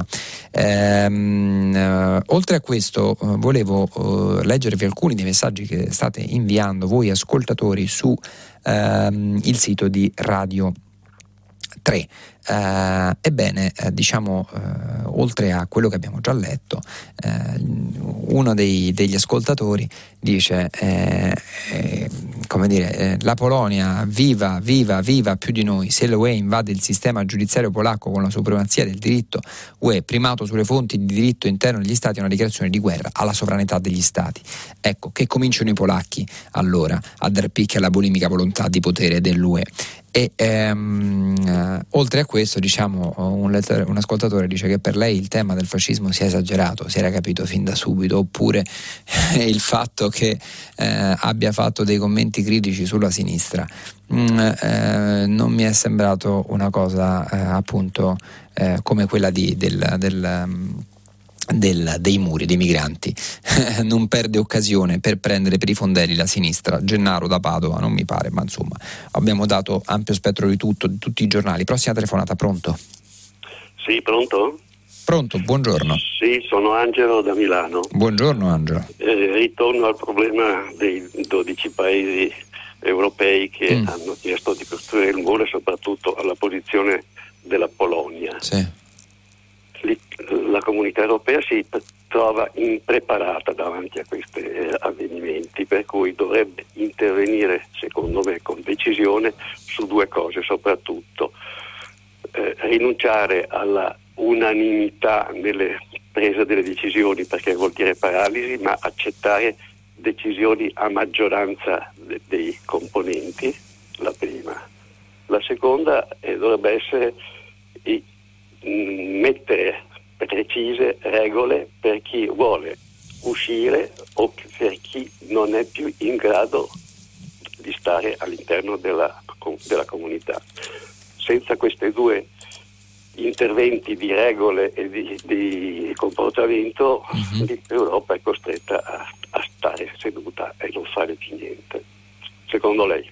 Ehm, eh, oltre a questo eh, volevo eh, leggervi alcuni dei messaggi che state inviando voi ascoltatori su ehm, il sito di Radio tre. Uh, ebbene, uh, diciamo, uh, oltre a quello che abbiamo già letto, uh, uno dei, degli ascoltatori dice eh, eh, come dire, eh, la Polonia viva, viva, viva più di noi. Se l'U E invade il sistema giudiziario polacco con la supremazia del diritto U E, primato sulle fonti di diritto interno degli stati, è una dichiarazione di guerra alla sovranità degli stati. Ecco, che cominciano i polacchi allora a dar picche alla bulimica volontà di potere dell'U E. E ehm, uh, oltre a questo, diciamo, un, lettore, un ascoltatore dice che per lei il tema del fascismo sia esagerato, si era capito fin da subito, oppure il fatto che eh, abbia fatto dei commenti critici sulla sinistra mm, eh, non mi è sembrato una cosa eh, appunto eh, come quella di, del, del um, Del, dei muri, dei migranti. Non perde occasione per prendere per i fondelli la sinistra. Gennaro da Padova, non mi pare, ma insomma abbiamo dato ampio spettro di tutto, di tutti i giornali. Prossima telefonata, pronto? Sì, pronto? Pronto, buongiorno. Sì, sono Angelo da Milano. Buongiorno Angelo. Eh, ritorno al problema dei dodici paesi europei che mm. hanno chiesto di costruire il muro, e soprattutto alla posizione della Polonia. Sì. La comunità europea si trova impreparata davanti a questi eh, avvenimenti, per cui dovrebbe intervenire, secondo me, con decisione su due cose soprattutto: eh, rinunciare alla unanimità nelle prese delle decisioni, perché vuol dire paralisi, ma accettare decisioni a maggioranza de- dei componenti, la prima. La seconda eh, dovrebbe essere i mettere precise regole per chi vuole uscire o per chi non è più in grado di stare all'interno della, della comunità. Senza questi due interventi di regole e di, di comportamento, uh-huh. l'Europa è costretta a, a stare seduta e non fare più niente. Secondo lei?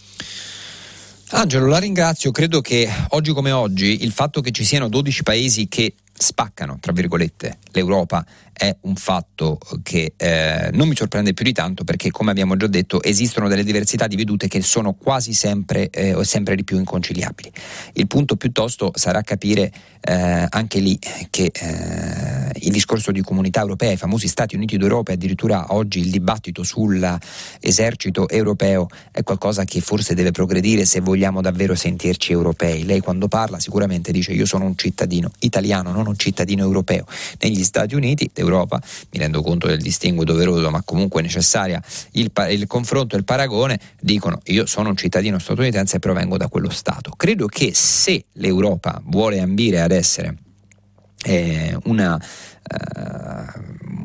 Angelo, la ringrazio. Credo che oggi come oggi il fatto che ci siano dodici paesi che spaccano, tra virgolette, l'Europa è un fatto che eh, non mi sorprende più di tanto, perché, come abbiamo già detto, esistono delle diversità di vedute che sono quasi sempre eh, o sempre di più inconciliabili. Il punto piuttosto sarà capire eh, anche lì che eh, il discorso di comunità europea, i famosi Stati Uniti d'Europa, e addirittura oggi il dibattito sull'esercito europeo è qualcosa che forse deve progredire se vogliamo davvero sentirci europei. Lei, quando parla, sicuramente dice: io sono un cittadino italiano, non un cittadino europeo. Negli Stati Uniti d'Europa, mi rendo conto del distinguo doveroso ma comunque necessaria il, il confronto e il paragone, dicono: io sono un cittadino statunitense e provengo da quello Stato. Credo che se l'Europa vuole ambire ad essere eh, una eh,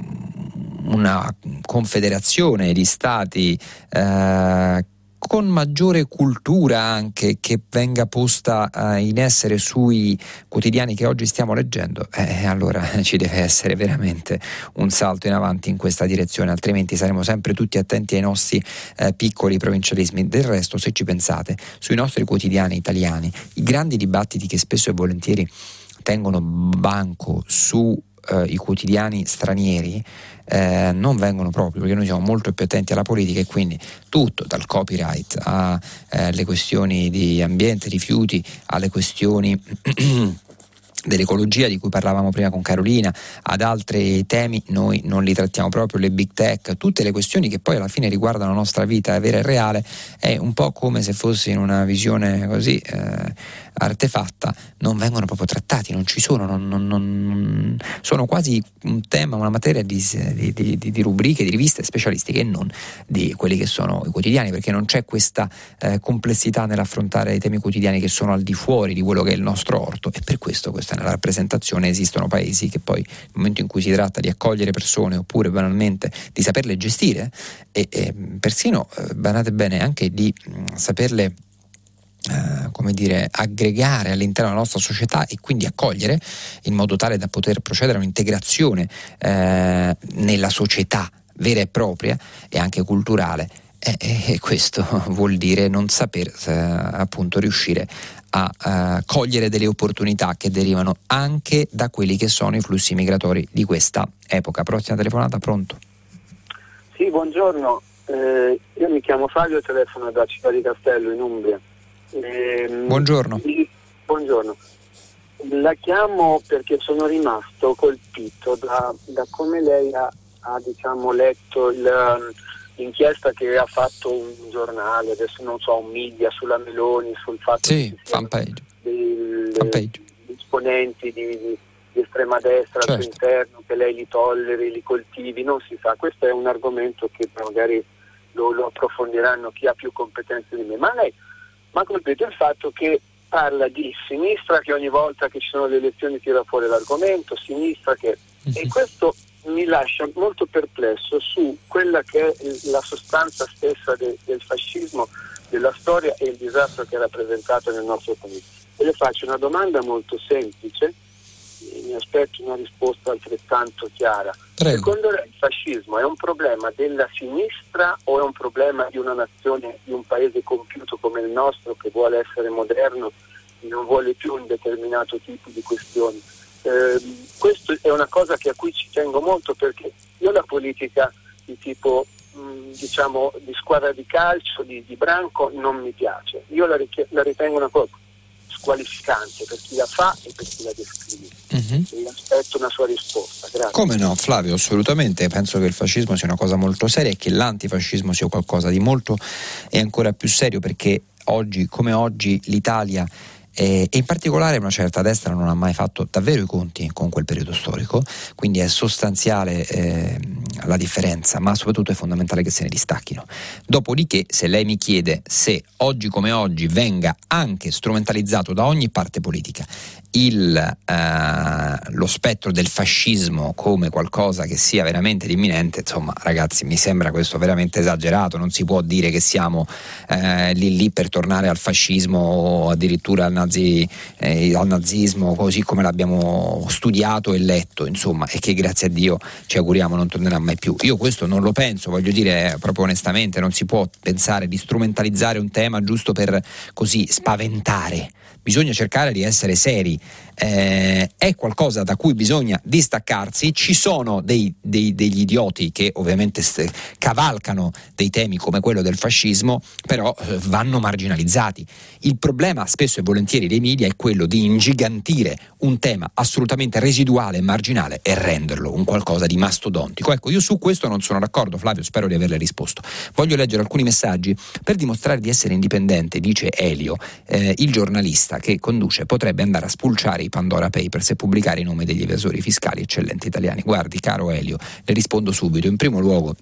una confederazione di stati eh, con maggiore cultura, anche, che venga posta uh, in essere sui quotidiani che oggi stiamo leggendo, eh, allora ci deve essere veramente un salto in avanti in questa direzione, altrimenti saremo sempre tutti attenti ai nostri eh, piccoli provincialismi. Del resto, se ci pensate, sui nostri quotidiani italiani, i grandi dibattiti che spesso e volentieri tengono banco su Uh, i quotidiani stranieri eh, non vengono proprio, perché noi siamo molto più attenti alla politica, e quindi tutto, dal copyright alle eh, questioni di ambiente, rifiuti, alle questioni dell'ecologia di cui parlavamo prima con Carolina, ad altri temi noi non li trattiamo proprio, le big tech, tutte le questioni che poi alla fine riguardano la nostra vita vera e reale. È un po' come se fosse in una visione così eh, artefatta, non vengono proprio trattati, non ci sono, non, non, non, sono quasi un tema, una materia di, di, di, di rubriche, di riviste specialistiche, e non di quelli che sono i quotidiani, perché non c'è questa eh, complessità nell'affrontare i temi quotidiani che sono al di fuori di quello che è il nostro orto. E per questo, questa nella rappresentazione, esistono paesi che poi, nel momento in cui si tratta di accogliere persone, oppure banalmente di saperle gestire, e, e persino, eh, badate bene, anche di mh, saperle eh, come dire, aggregare all'interno della nostra società e quindi accogliere in modo tale da poter procedere a un'integrazione eh, nella società vera e propria e anche culturale. E, e questo vuol dire non saper eh, appunto riuscire a uh, cogliere delle opportunità che derivano anche da quelli che sono i flussi migratori di questa epoca. Prossima telefonata, pronto? Sì, buongiorno, eh, io mi chiamo Fabio e telefono da Città di Castello in Umbria. Eh, buongiorno. Mi, buongiorno, la chiamo perché sono rimasto colpito da, da come lei ha, ha diciamo, letto il... l'inchiesta che ha fatto un giornale, adesso non so, un media sulla Meloni, sul fatto sì, che fanpage. Dei, fanpage. Degli esponenti di, di, di estrema destra certo. al suo interno, che lei li tolleri, li coltivi, non si sa. Questo è un argomento che magari lo, lo approfondiranno chi ha più competenze di me, ma lei mi ha colpito il fatto che parla di sinistra che ogni volta che ci sono le elezioni tira fuori l'argomento, sinistra che... Mm-hmm. E questo mi lascia molto perplesso su quella che è la sostanza stessa de, del fascismo, della storia e il disastro che è rappresentato nel nostro paese. E le faccio una domanda molto semplice e mi aspetto una risposta altrettanto chiara. Prego. Secondo lei il fascismo è un problema della sinistra o è un problema di una nazione, di un paese compiuto come il nostro che vuole essere moderno e non vuole più un determinato tipo di questioni? Eh, questo è una cosa che a cui ci tengo molto, perché io la politica di tipo mh, diciamo di squadra di calcio, di, di branco non mi piace, io la, ri- la ritengo una cosa squalificante per chi la fa e per chi la descrive. Mm-hmm. E aspetto una sua risposta. Grazie. Come no, Flavio, assolutamente. Penso che il fascismo sia una cosa molto seria e che l'antifascismo sia qualcosa di molto e ancora più serio, perché oggi come oggi l'Italia e in particolare una certa destra non ha mai fatto davvero i conti con quel periodo storico, quindi è sostanziale eh, la differenza, ma soprattutto è fondamentale che se ne distacchino. Dopodiché, se lei mi chiede se oggi come oggi venga anche strumentalizzato da ogni parte politica il, eh, lo spettro del fascismo come qualcosa che sia veramente imminente, insomma ragazzi, mi sembra questo veramente esagerato. Non si può dire che siamo eh, lì lì per tornare al fascismo o addirittura al Nazi, eh, al nazismo così come l'abbiamo studiato e letto, insomma, e che grazie a Dio ci auguriamo non tornerà mai più. Io questo non lo penso, voglio dire proprio onestamente, non si può pensare di strumentalizzare un tema giusto per così spaventare. Bisogna cercare di essere seri, eh, è qualcosa da cui bisogna distaccarsi. Ci sono dei, dei, degli idioti che ovviamente st- cavalcano dei temi come quello del fascismo, però eh, vanno marginalizzati. Il problema spesso e volentieri dei media è quello di ingigantire un tema assolutamente residuale e marginale e renderlo un qualcosa di mastodontico. Ecco, io su questo non sono d'accordo, Flavio, spero di averle risposto. Voglio leggere alcuni messaggi. Per dimostrare di essere indipendente, dice Elio, eh, il giornalista che conduce potrebbe andare a spulciare i Pandora Papers e pubblicare i nomi degli evasori fiscali eccellenti italiani. Guardi, caro Elio, le rispondo subito. In primo luogo,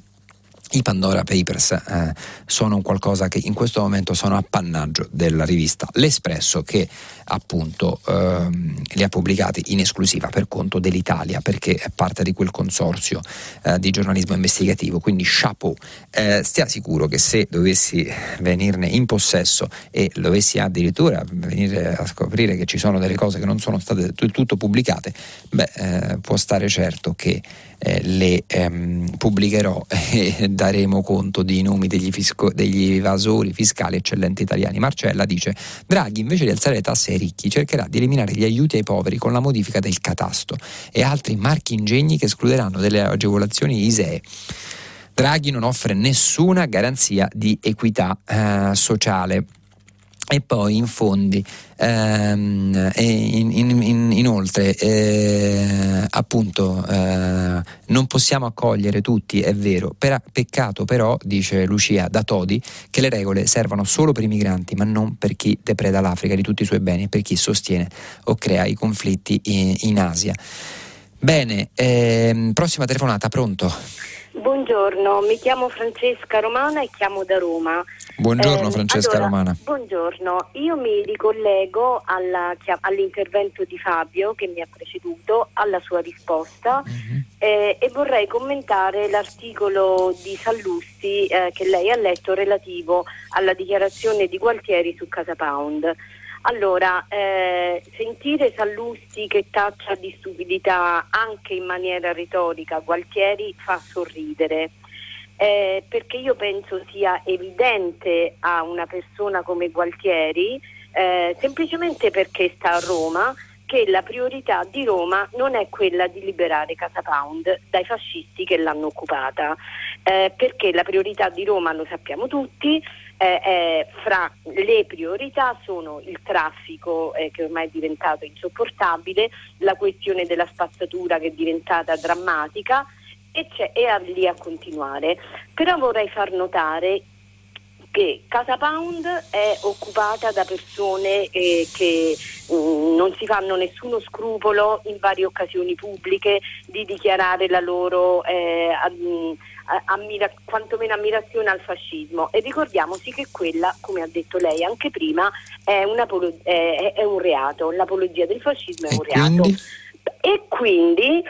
i Pandora Papers eh, sono un qualcosa che in questo momento sono appannaggio della rivista L'Espresso, che appunto ehm, li ha pubblicati in esclusiva per conto dell'Italia, perché è parte di quel consorzio eh, di giornalismo investigativo, quindi chapeau. Eh, stia sicuro che se dovessi venirne in possesso e dovessi addirittura venire a scoprire che ci sono delle cose che non sono state del tutto pubblicate, beh, eh, può stare certo che eh, le ehm, pubblicherò e daremo conto di nomi degli, fisco- degli evasori fiscali eccellenti italiani. Marcella dice: Draghi, invece di alzare le tasse ai ricchi, cercherà di eliminare gli aiuti ai poveri con la modifica del catasto e altri marchi ingegni che escluderanno delle agevolazioni I S E E. Draghi non offre nessuna garanzia di equità eh, sociale. E poi in fondi ehm, e in, in, in, inoltre eh, appunto eh, non possiamo accogliere tutti, è vero, per, peccato però, dice Lucia da Todi, che le regole servano solo per i migranti ma non per chi depreda l'Africa di tutti i suoi beni e per chi sostiene o crea i conflitti in, in Asia. Bene, ehm, prossima telefonata, pronto? Buongiorno, mi chiamo Francesca Romana e chiamo da Roma. Buongiorno eh, Francesca allora, Romana. Buongiorno, io mi ricollego alla, all'intervento di Fabio che mi ha preceduto, alla sua risposta, mm-hmm. eh, e vorrei commentare l'articolo di Sallusti eh, che lei ha letto relativo alla dichiarazione di Gualtieri su Casa Pound. Allora, eh, sentire Sallusti che taccia di stupidità anche in maniera retorica Gualtieri fa sorridere, eh, perché io penso sia evidente a una persona come Gualtieri, eh, semplicemente perché sta a Roma, che la priorità di Roma non è quella di liberare Casa Pound dai fascisti che l'hanno occupata, eh, perché la priorità di Roma, lo sappiamo tutti, Eh, eh, fra le priorità sono il traffico eh, che ormai è diventato insopportabile, la questione della spazzatura che è diventata drammatica e, c'è, e a lì a continuare. Però vorrei far notare che Casa Pound è occupata da persone eh, che mh, non si fanno nessuno scrupolo in varie occasioni pubbliche di dichiarare la loro eh, mh, ammira- quantomeno ammirazione al fascismo, e ricordiamosi che quella, come ha detto lei anche prima, è, una polo- è, è un reato, l'apologia del fascismo è e un reato. Quindi? E quindi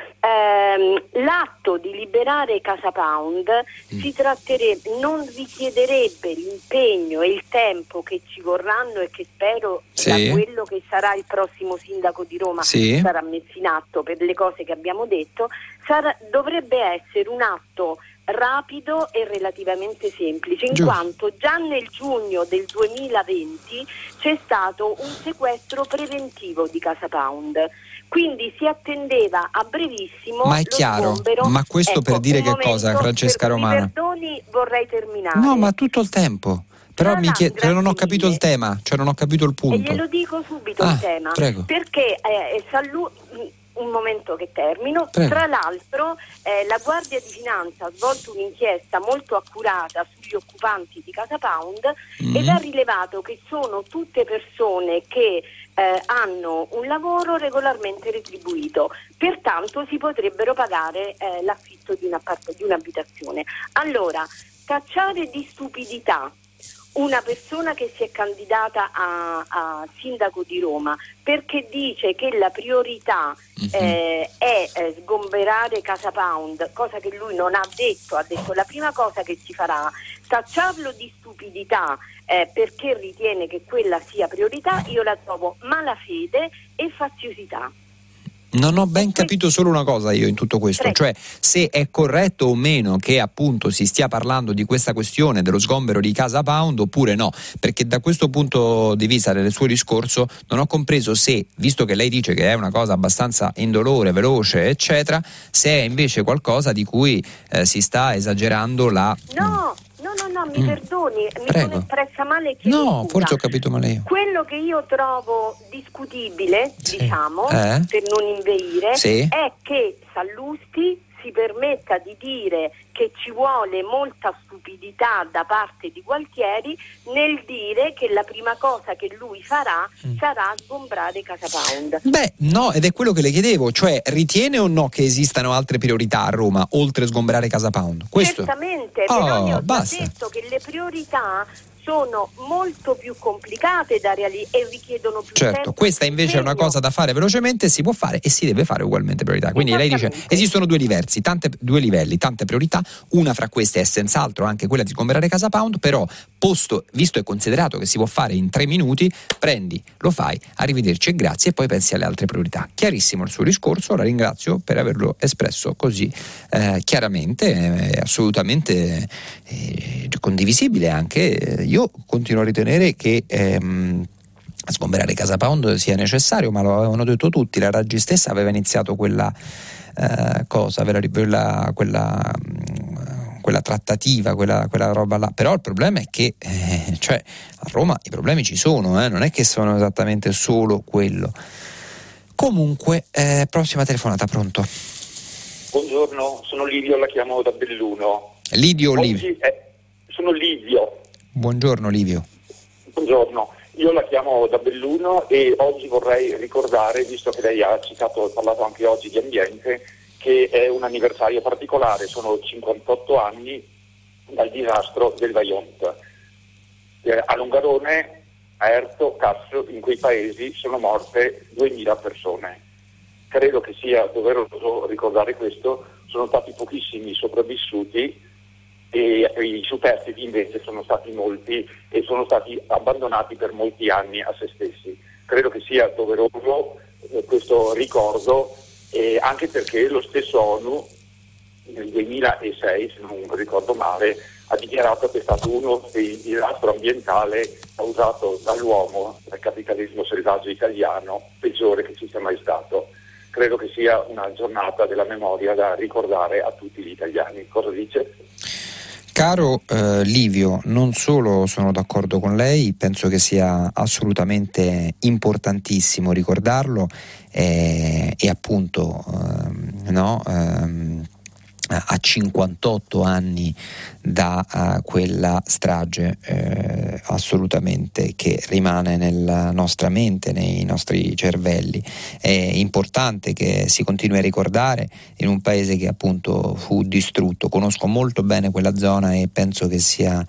ehm, l'atto di liberare Casa Pound mm. si tratterebbe, non richiederebbe l'impegno e il tempo che ci vorranno e che spero sì. da quello che sarà il prossimo sindaco di Roma sì. sarà messo in atto per le cose che abbiamo detto, sarà, dovrebbe essere un atto rapido e relativamente semplice, in Giusto. quanto già nel giugno del duemilaventi c'è stato un sequestro preventivo di Casa Pound. Quindi si attendeva a brevissimo ma è lo chiaro, sgombero. Ma questo ecco, per dire che momento, cosa, Francesca per, Romana? Mi perdoni, vorrei terminare. No, ma tutto il tempo. Però mi chied- cioè non ho capito il tema, cioè non ho capito il punto. E glielo dico subito ah, il tema. Prego. Perché eh, Sallu- un momento che termino. Prego. Tra l'altro eh, la Guardia di Finanza ha svolto un'inchiesta molto accurata sugli occupanti di Casa Pound mm. ed ha rilevato che sono tutte persone che eh, hanno un lavoro regolarmente retribuito, pertanto si potrebbero pagare eh, l'affitto di, un'appart- di un'abitazione. Allora, tacciare di stupidità una persona che si è candidata a, a sindaco di Roma perché dice che la priorità eh, è eh, sgomberare Casa Pound, cosa che lui non ha detto, ha detto la prima cosa che si farà, tacciarlo di stupidità eh, perché ritiene che quella sia priorità, io la trovo malafede e faziosità. Non ho ben capito solo una cosa io in tutto questo, Prego. cioè se è corretto o meno che appunto si stia parlando di questa questione dello sgombero di Casa Pound oppure no, perché da questo punto di vista del suo discorso non ho compreso se, visto che lei dice che è una cosa abbastanza indolore, veloce eccetera, se è invece qualcosa di cui eh, si sta esagerando la... No! No, no, no, mi mm. perdoni, mi Prego. sono espressa male. Chiedo no, scusa. forse ho capito male io. Quello che io trovo discutibile, sì. diciamo, eh? per non inveire, sì. è che Sallusti si permetta di dire che ci vuole molta stupidità da parte di Gualtieri nel dire che la prima cosa che lui farà mm. sarà sgombrare Casa Pound. Beh, no, ed è quello che le chiedevo, cioè ritiene o no che esistano altre priorità a Roma oltre a sgombrare Casa Pound? Questo? Certamente, oh, però io ho basta. detto che le priorità sono molto più complicate da realizzare e richiedono più certo, tempo. questa invece impegno. È una cosa da fare velocemente, si può fare e si deve fare ugualmente priorità. Quindi lei dice esistono due diversi, tante, due livelli, tante priorità, una fra queste è senz'altro anche quella di sgomberare Casa Pound, però posto, visto e considerato che si può fare in tre minuti, prendi, lo fai, arrivederci e grazie e poi pensi alle altre priorità. Chiarissimo il suo discorso, la ringrazio per averlo espresso così eh, chiaramente, eh, assolutamente eh, condivisibile anche. Eh, io continuo a ritenere che ehm, sgomberare Casa Pound sia necessario, ma lo avevano detto tutti, la Raggi stessa aveva iniziato quella eh, cosa, quella, quella, quella trattativa, quella, quella roba là, però il problema è che eh, cioè, a Roma i problemi ci sono, eh, non è che sono esattamente solo quello. Comunque, eh, prossima telefonata, pronto? Buongiorno, sono Livio, la chiamo da Belluno. Livio o Livio? Eh, sono Livio. Buongiorno Livio. Buongiorno. Io la chiamo da Belluno e oggi vorrei ricordare, visto che lei ha citato e parlato anche oggi di ambiente, che è un anniversario particolare, sono cinquantotto anni dal disastro del Vajont. Eh, a Longarone, a Erto, Castro, in quei paesi sono morte duemila persone. Credo che sia doveroso ricordare questo, sono stati pochissimi sopravvissuti e i superstiti invece sono stati molti e sono stati abbandonati per molti anni a se stessi. Credo che sia doveroso eh, questo ricordo, eh, anche perché lo stesso ONU nel duemilasei, se non ricordo male, ha dichiarato che è stato uno dei disastri ambientali causato dall'uomo, dal capitalismo selvaggio italiano, peggiore che ci sia mai stato. Credo che sia una giornata della memoria da ricordare a tutti gli italiani. Cosa dice? Caro eh, Livio, non solo sono d'accordo con lei, penso che sia assolutamente importantissimo ricordarlo eh, e appunto ehm, no, ehm, a cinquantotto anni da uh, quella strage eh, assolutamente che rimane nella nostra mente, nei nostri cervelli. È importante che si continui a ricordare in un paese che appunto fu distrutto. Conosco molto bene quella zona e penso che sia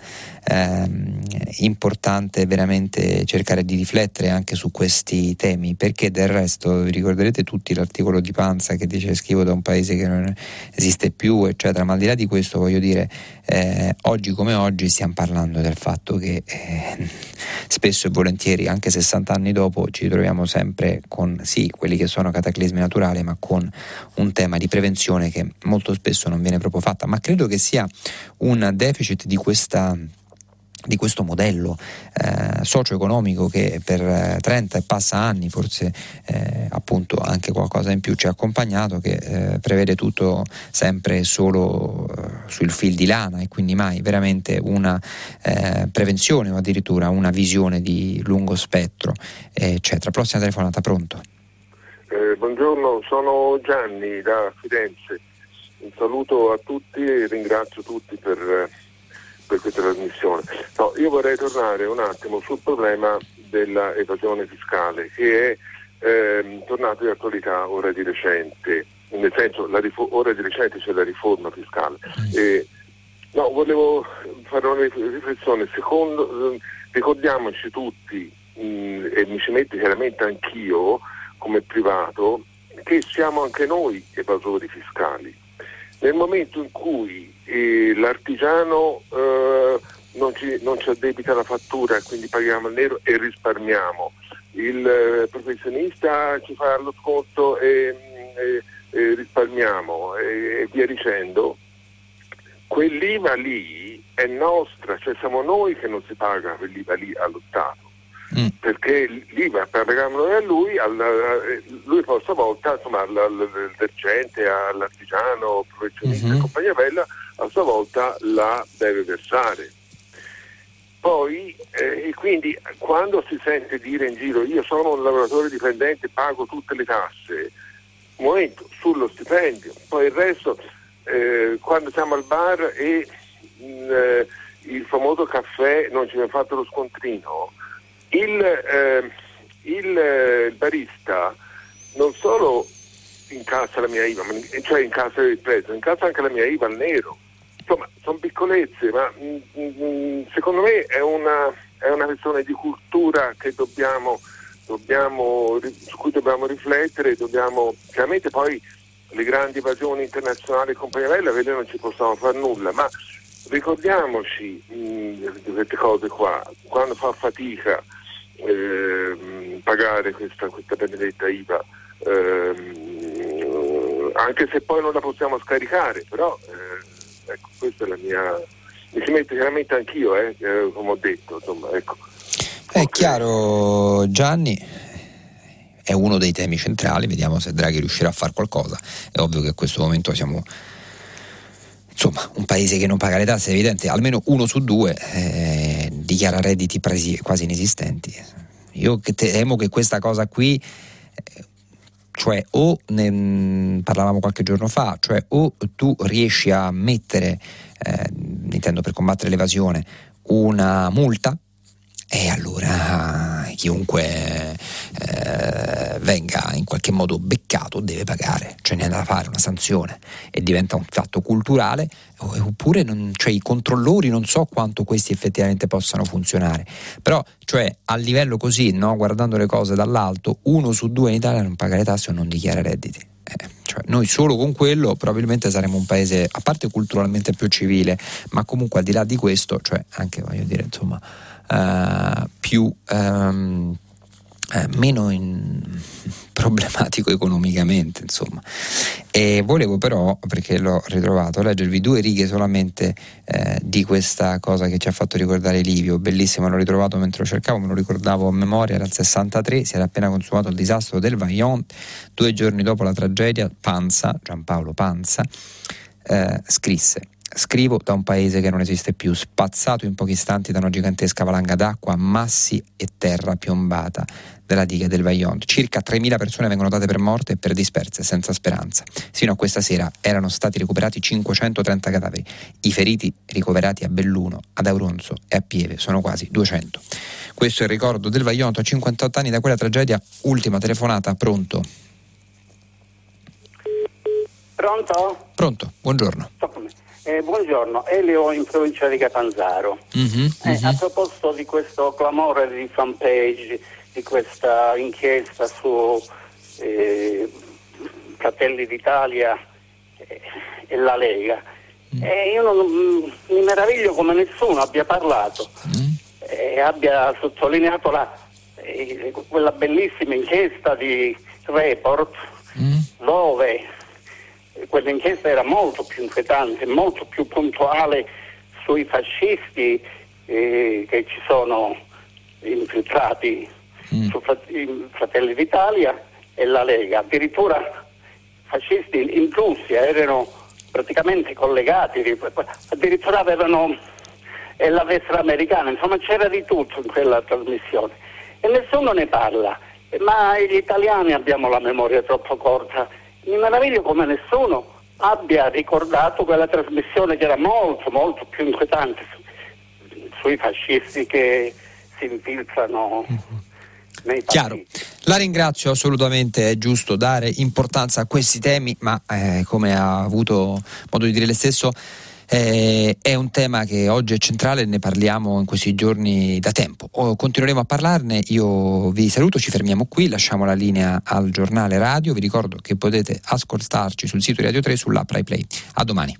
ehm, importante veramente cercare di riflettere anche su questi temi, perché del resto vi ricorderete tutti l'articolo di Panza che dice scrivo da un paese che non esiste più, eccetera, ma al di là di questo voglio dire eh, oggi come oggi stiamo parlando del fatto che eh, spesso e volentieri anche sessanta anni dopo ci troviamo sempre con sì quelli che sono cataclismi naturali, ma con un tema di prevenzione che molto spesso non viene proprio fatta. Ma credo che sia un deficit di questa di questo modello eh, socio-economico che per trenta e passa anni, forse eh, appunto anche qualcosa in più ci ha accompagnato, che eh, prevede tutto sempre e solo eh, sul fil di lana e quindi mai veramente una eh, prevenzione o addirittura una visione di lungo spettro, eccetera. Prossima telefonata, pronto? Eh, buongiorno, sono Gianni da Firenze. Un saluto a tutti e ringrazio tutti per per questa trasmissione. No, io vorrei tornare un attimo sul problema della evasione fiscale, che è ehm, tornato di attualità ora di recente, nel senso la rifo- ora di recente c'è la riforma fiscale. E, no, volevo fare una riflessione. Secondo, ricordiamoci tutti, mh, e mi ci metto chiaramente anch'io come privato, che siamo anche noi evasori fiscali. Nel momento in cui eh, l'artigiano eh, non, ci, non ci addebita la fattura e quindi paghiamo il nero e risparmiamo, il eh, professionista ci fa lo sconto e, e, e risparmiamo e, e via dicendo, quell'I V A lì è nostra, cioè siamo noi che non si paga quell'I V A lì allo Stato. Mm. Perché l'I V A paghiamo noi a lui, alla, lui poi a sua volta, insomma, al, al detergente, all'artigiano, professionista mm-hmm. e compagnia bella, a sua volta la deve versare. Poi, eh, e quindi quando si sente dire in giro io sono un lavoratore dipendente, pago tutte le tasse, un momento, sullo stipendio, poi il resto, eh, quando siamo al bar e mh, eh, il famoso caffè non ci viene fatto lo scontrino, Il, eh, il, eh, il barista non solo incassa la mia I V A, ma, cioè incassa il prezzo, incassa anche la mia I V A al nero. Insomma, sono piccolezze, ma mh, mh, secondo me è una, è una questione di cultura che dobbiamo, dobbiamo, su cui dobbiamo riflettere, dobbiamo, chiaramente poi le grandi evasioni internazionali e compagnia bella, quelle non ci possiamo fare nulla, ma ricordiamoci mh, di queste cose qua, quando fa fatica Eh, pagare questa, questa benedetta I V A, eh, anche se poi non la possiamo scaricare, però eh, ecco, questa è la mia, mi ci metto chiaramente anch'io, eh, eh, come ho detto, insomma, ecco. È okay. Chiaro, Gianni, è uno dei temi centrali, vediamo se Draghi riuscirà a fare qualcosa. È ovvio che a questo momento siamo insomma un paese che non paga le tasse, è evidente, almeno uno su due eh, dichiara redditi presi, quasi inesistenti. Io temo che questa cosa qui eh, cioè o ne parlavamo qualche giorno fa, cioè o tu riesci a mettere eh, intendo per combattere l'evasione una multa e allora chiunque eh, venga in qualche modo beccato deve pagare, cioè ne è da fare una sanzione e diventa un fatto culturale. Oppure non, cioè i controllori non so quanto questi effettivamente possano funzionare, però cioè a livello così, no, guardando le cose dall'alto, uno su due in Italia non paga le tasse o non dichiara redditi. Eh, cioè noi solo con quello probabilmente saremo un paese, a parte culturalmente più civile, ma comunque al di là di questo, cioè anche voglio dire insomma uh, più um, eh, meno in problematico economicamente, insomma. E volevo però, perché l'ho ritrovato, leggervi due righe solamente eh, di questa cosa che ci ha fatto ricordare Livio, bellissimo, l'ho ritrovato mentre lo cercavo, me lo ricordavo a memoria, era il sessantatré, si era appena consumato il disastro del Vajont, due giorni dopo la tragedia Pansa, Giampaolo Pansa, eh, scrisse: scrivo da un paese che non esiste più, spazzato in pochi istanti da una gigantesca valanga d'acqua, massi e terra piombata della diga del Vajont. Circa tremila persone vengono date per morte e per disperse, senza speranza. Sino a questa sera erano stati recuperati cinquecentotrenta cadaveri. I feriti ricoverati a Belluno, ad Auronzo e a Pieve sono quasi duecento. Questo è il ricordo del Vajont a cinquantotto anni da quella tragedia. Ultima telefonata, pronto? Pronto? Pronto, buongiorno. Eh, buongiorno, Elio in provincia di Catanzaro. Mm-hmm, eh, mm-hmm. A proposito di questo clamore di fanpage, di questa inchiesta su eh, Fratelli d'Italia eh, e la Lega, mm. eh, io non, mi meraviglio come nessuno abbia parlato mm. e eh, abbia sottolineato la, eh, quella bellissima inchiesta di Report mm. dove quell'inchiesta era molto più inquietante, molto più puntuale sui fascisti eh, che ci sono infiltrati mm. su Fratelli d'Italia e la Lega. Addirittura fascisti in Russia erano praticamente collegati, addirittura avevano eh, la destra americana, insomma c'era di tutto in quella trasmissione e nessuno ne parla, ma gli italiani abbiamo la memoria troppo corta. Mi meraviglio come nessuno abbia ricordato quella trasmissione che era molto molto più inquietante su, sui fascisti che si infiltrano nei partiti. Chiaro, la ringrazio assolutamente, è giusto dare importanza a questi temi, ma eh, come ha avuto modo di dire lei stesso, Eh, è un tema che oggi è centrale, ne parliamo in questi giorni da tempo. Oh, continueremo a parlarne, io vi saluto, ci fermiamo qui, lasciamo la linea al giornale radio, vi ricordo che potete ascoltarci sul sito Radio tre, sull'app Rai Play. A domani.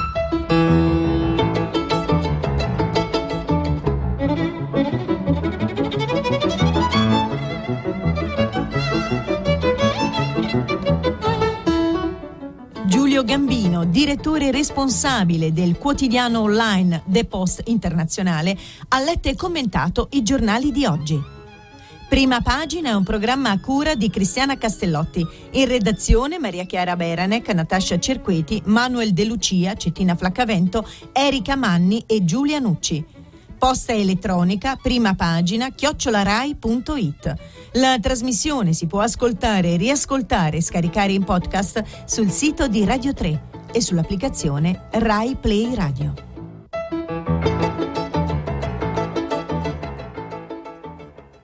Giulio Gambino, direttore responsabile del quotidiano online The Post Internazionale, ha letto e commentato i giornali di oggi. Prima Pagina è un programma a cura di Cristiana Castellotti. In redazione Maria Chiara Beranec, Natascia Cerqueti, Manuel De Lucia, Cettina Flaccavento, Erika Manni e Giulia Nucci. Posta elettronica prima pagina chiocciolarai punto it. La trasmissione si può ascoltare, riascoltare e scaricare in podcast sul sito di Radio tre e sull'applicazione Rai Play Radio.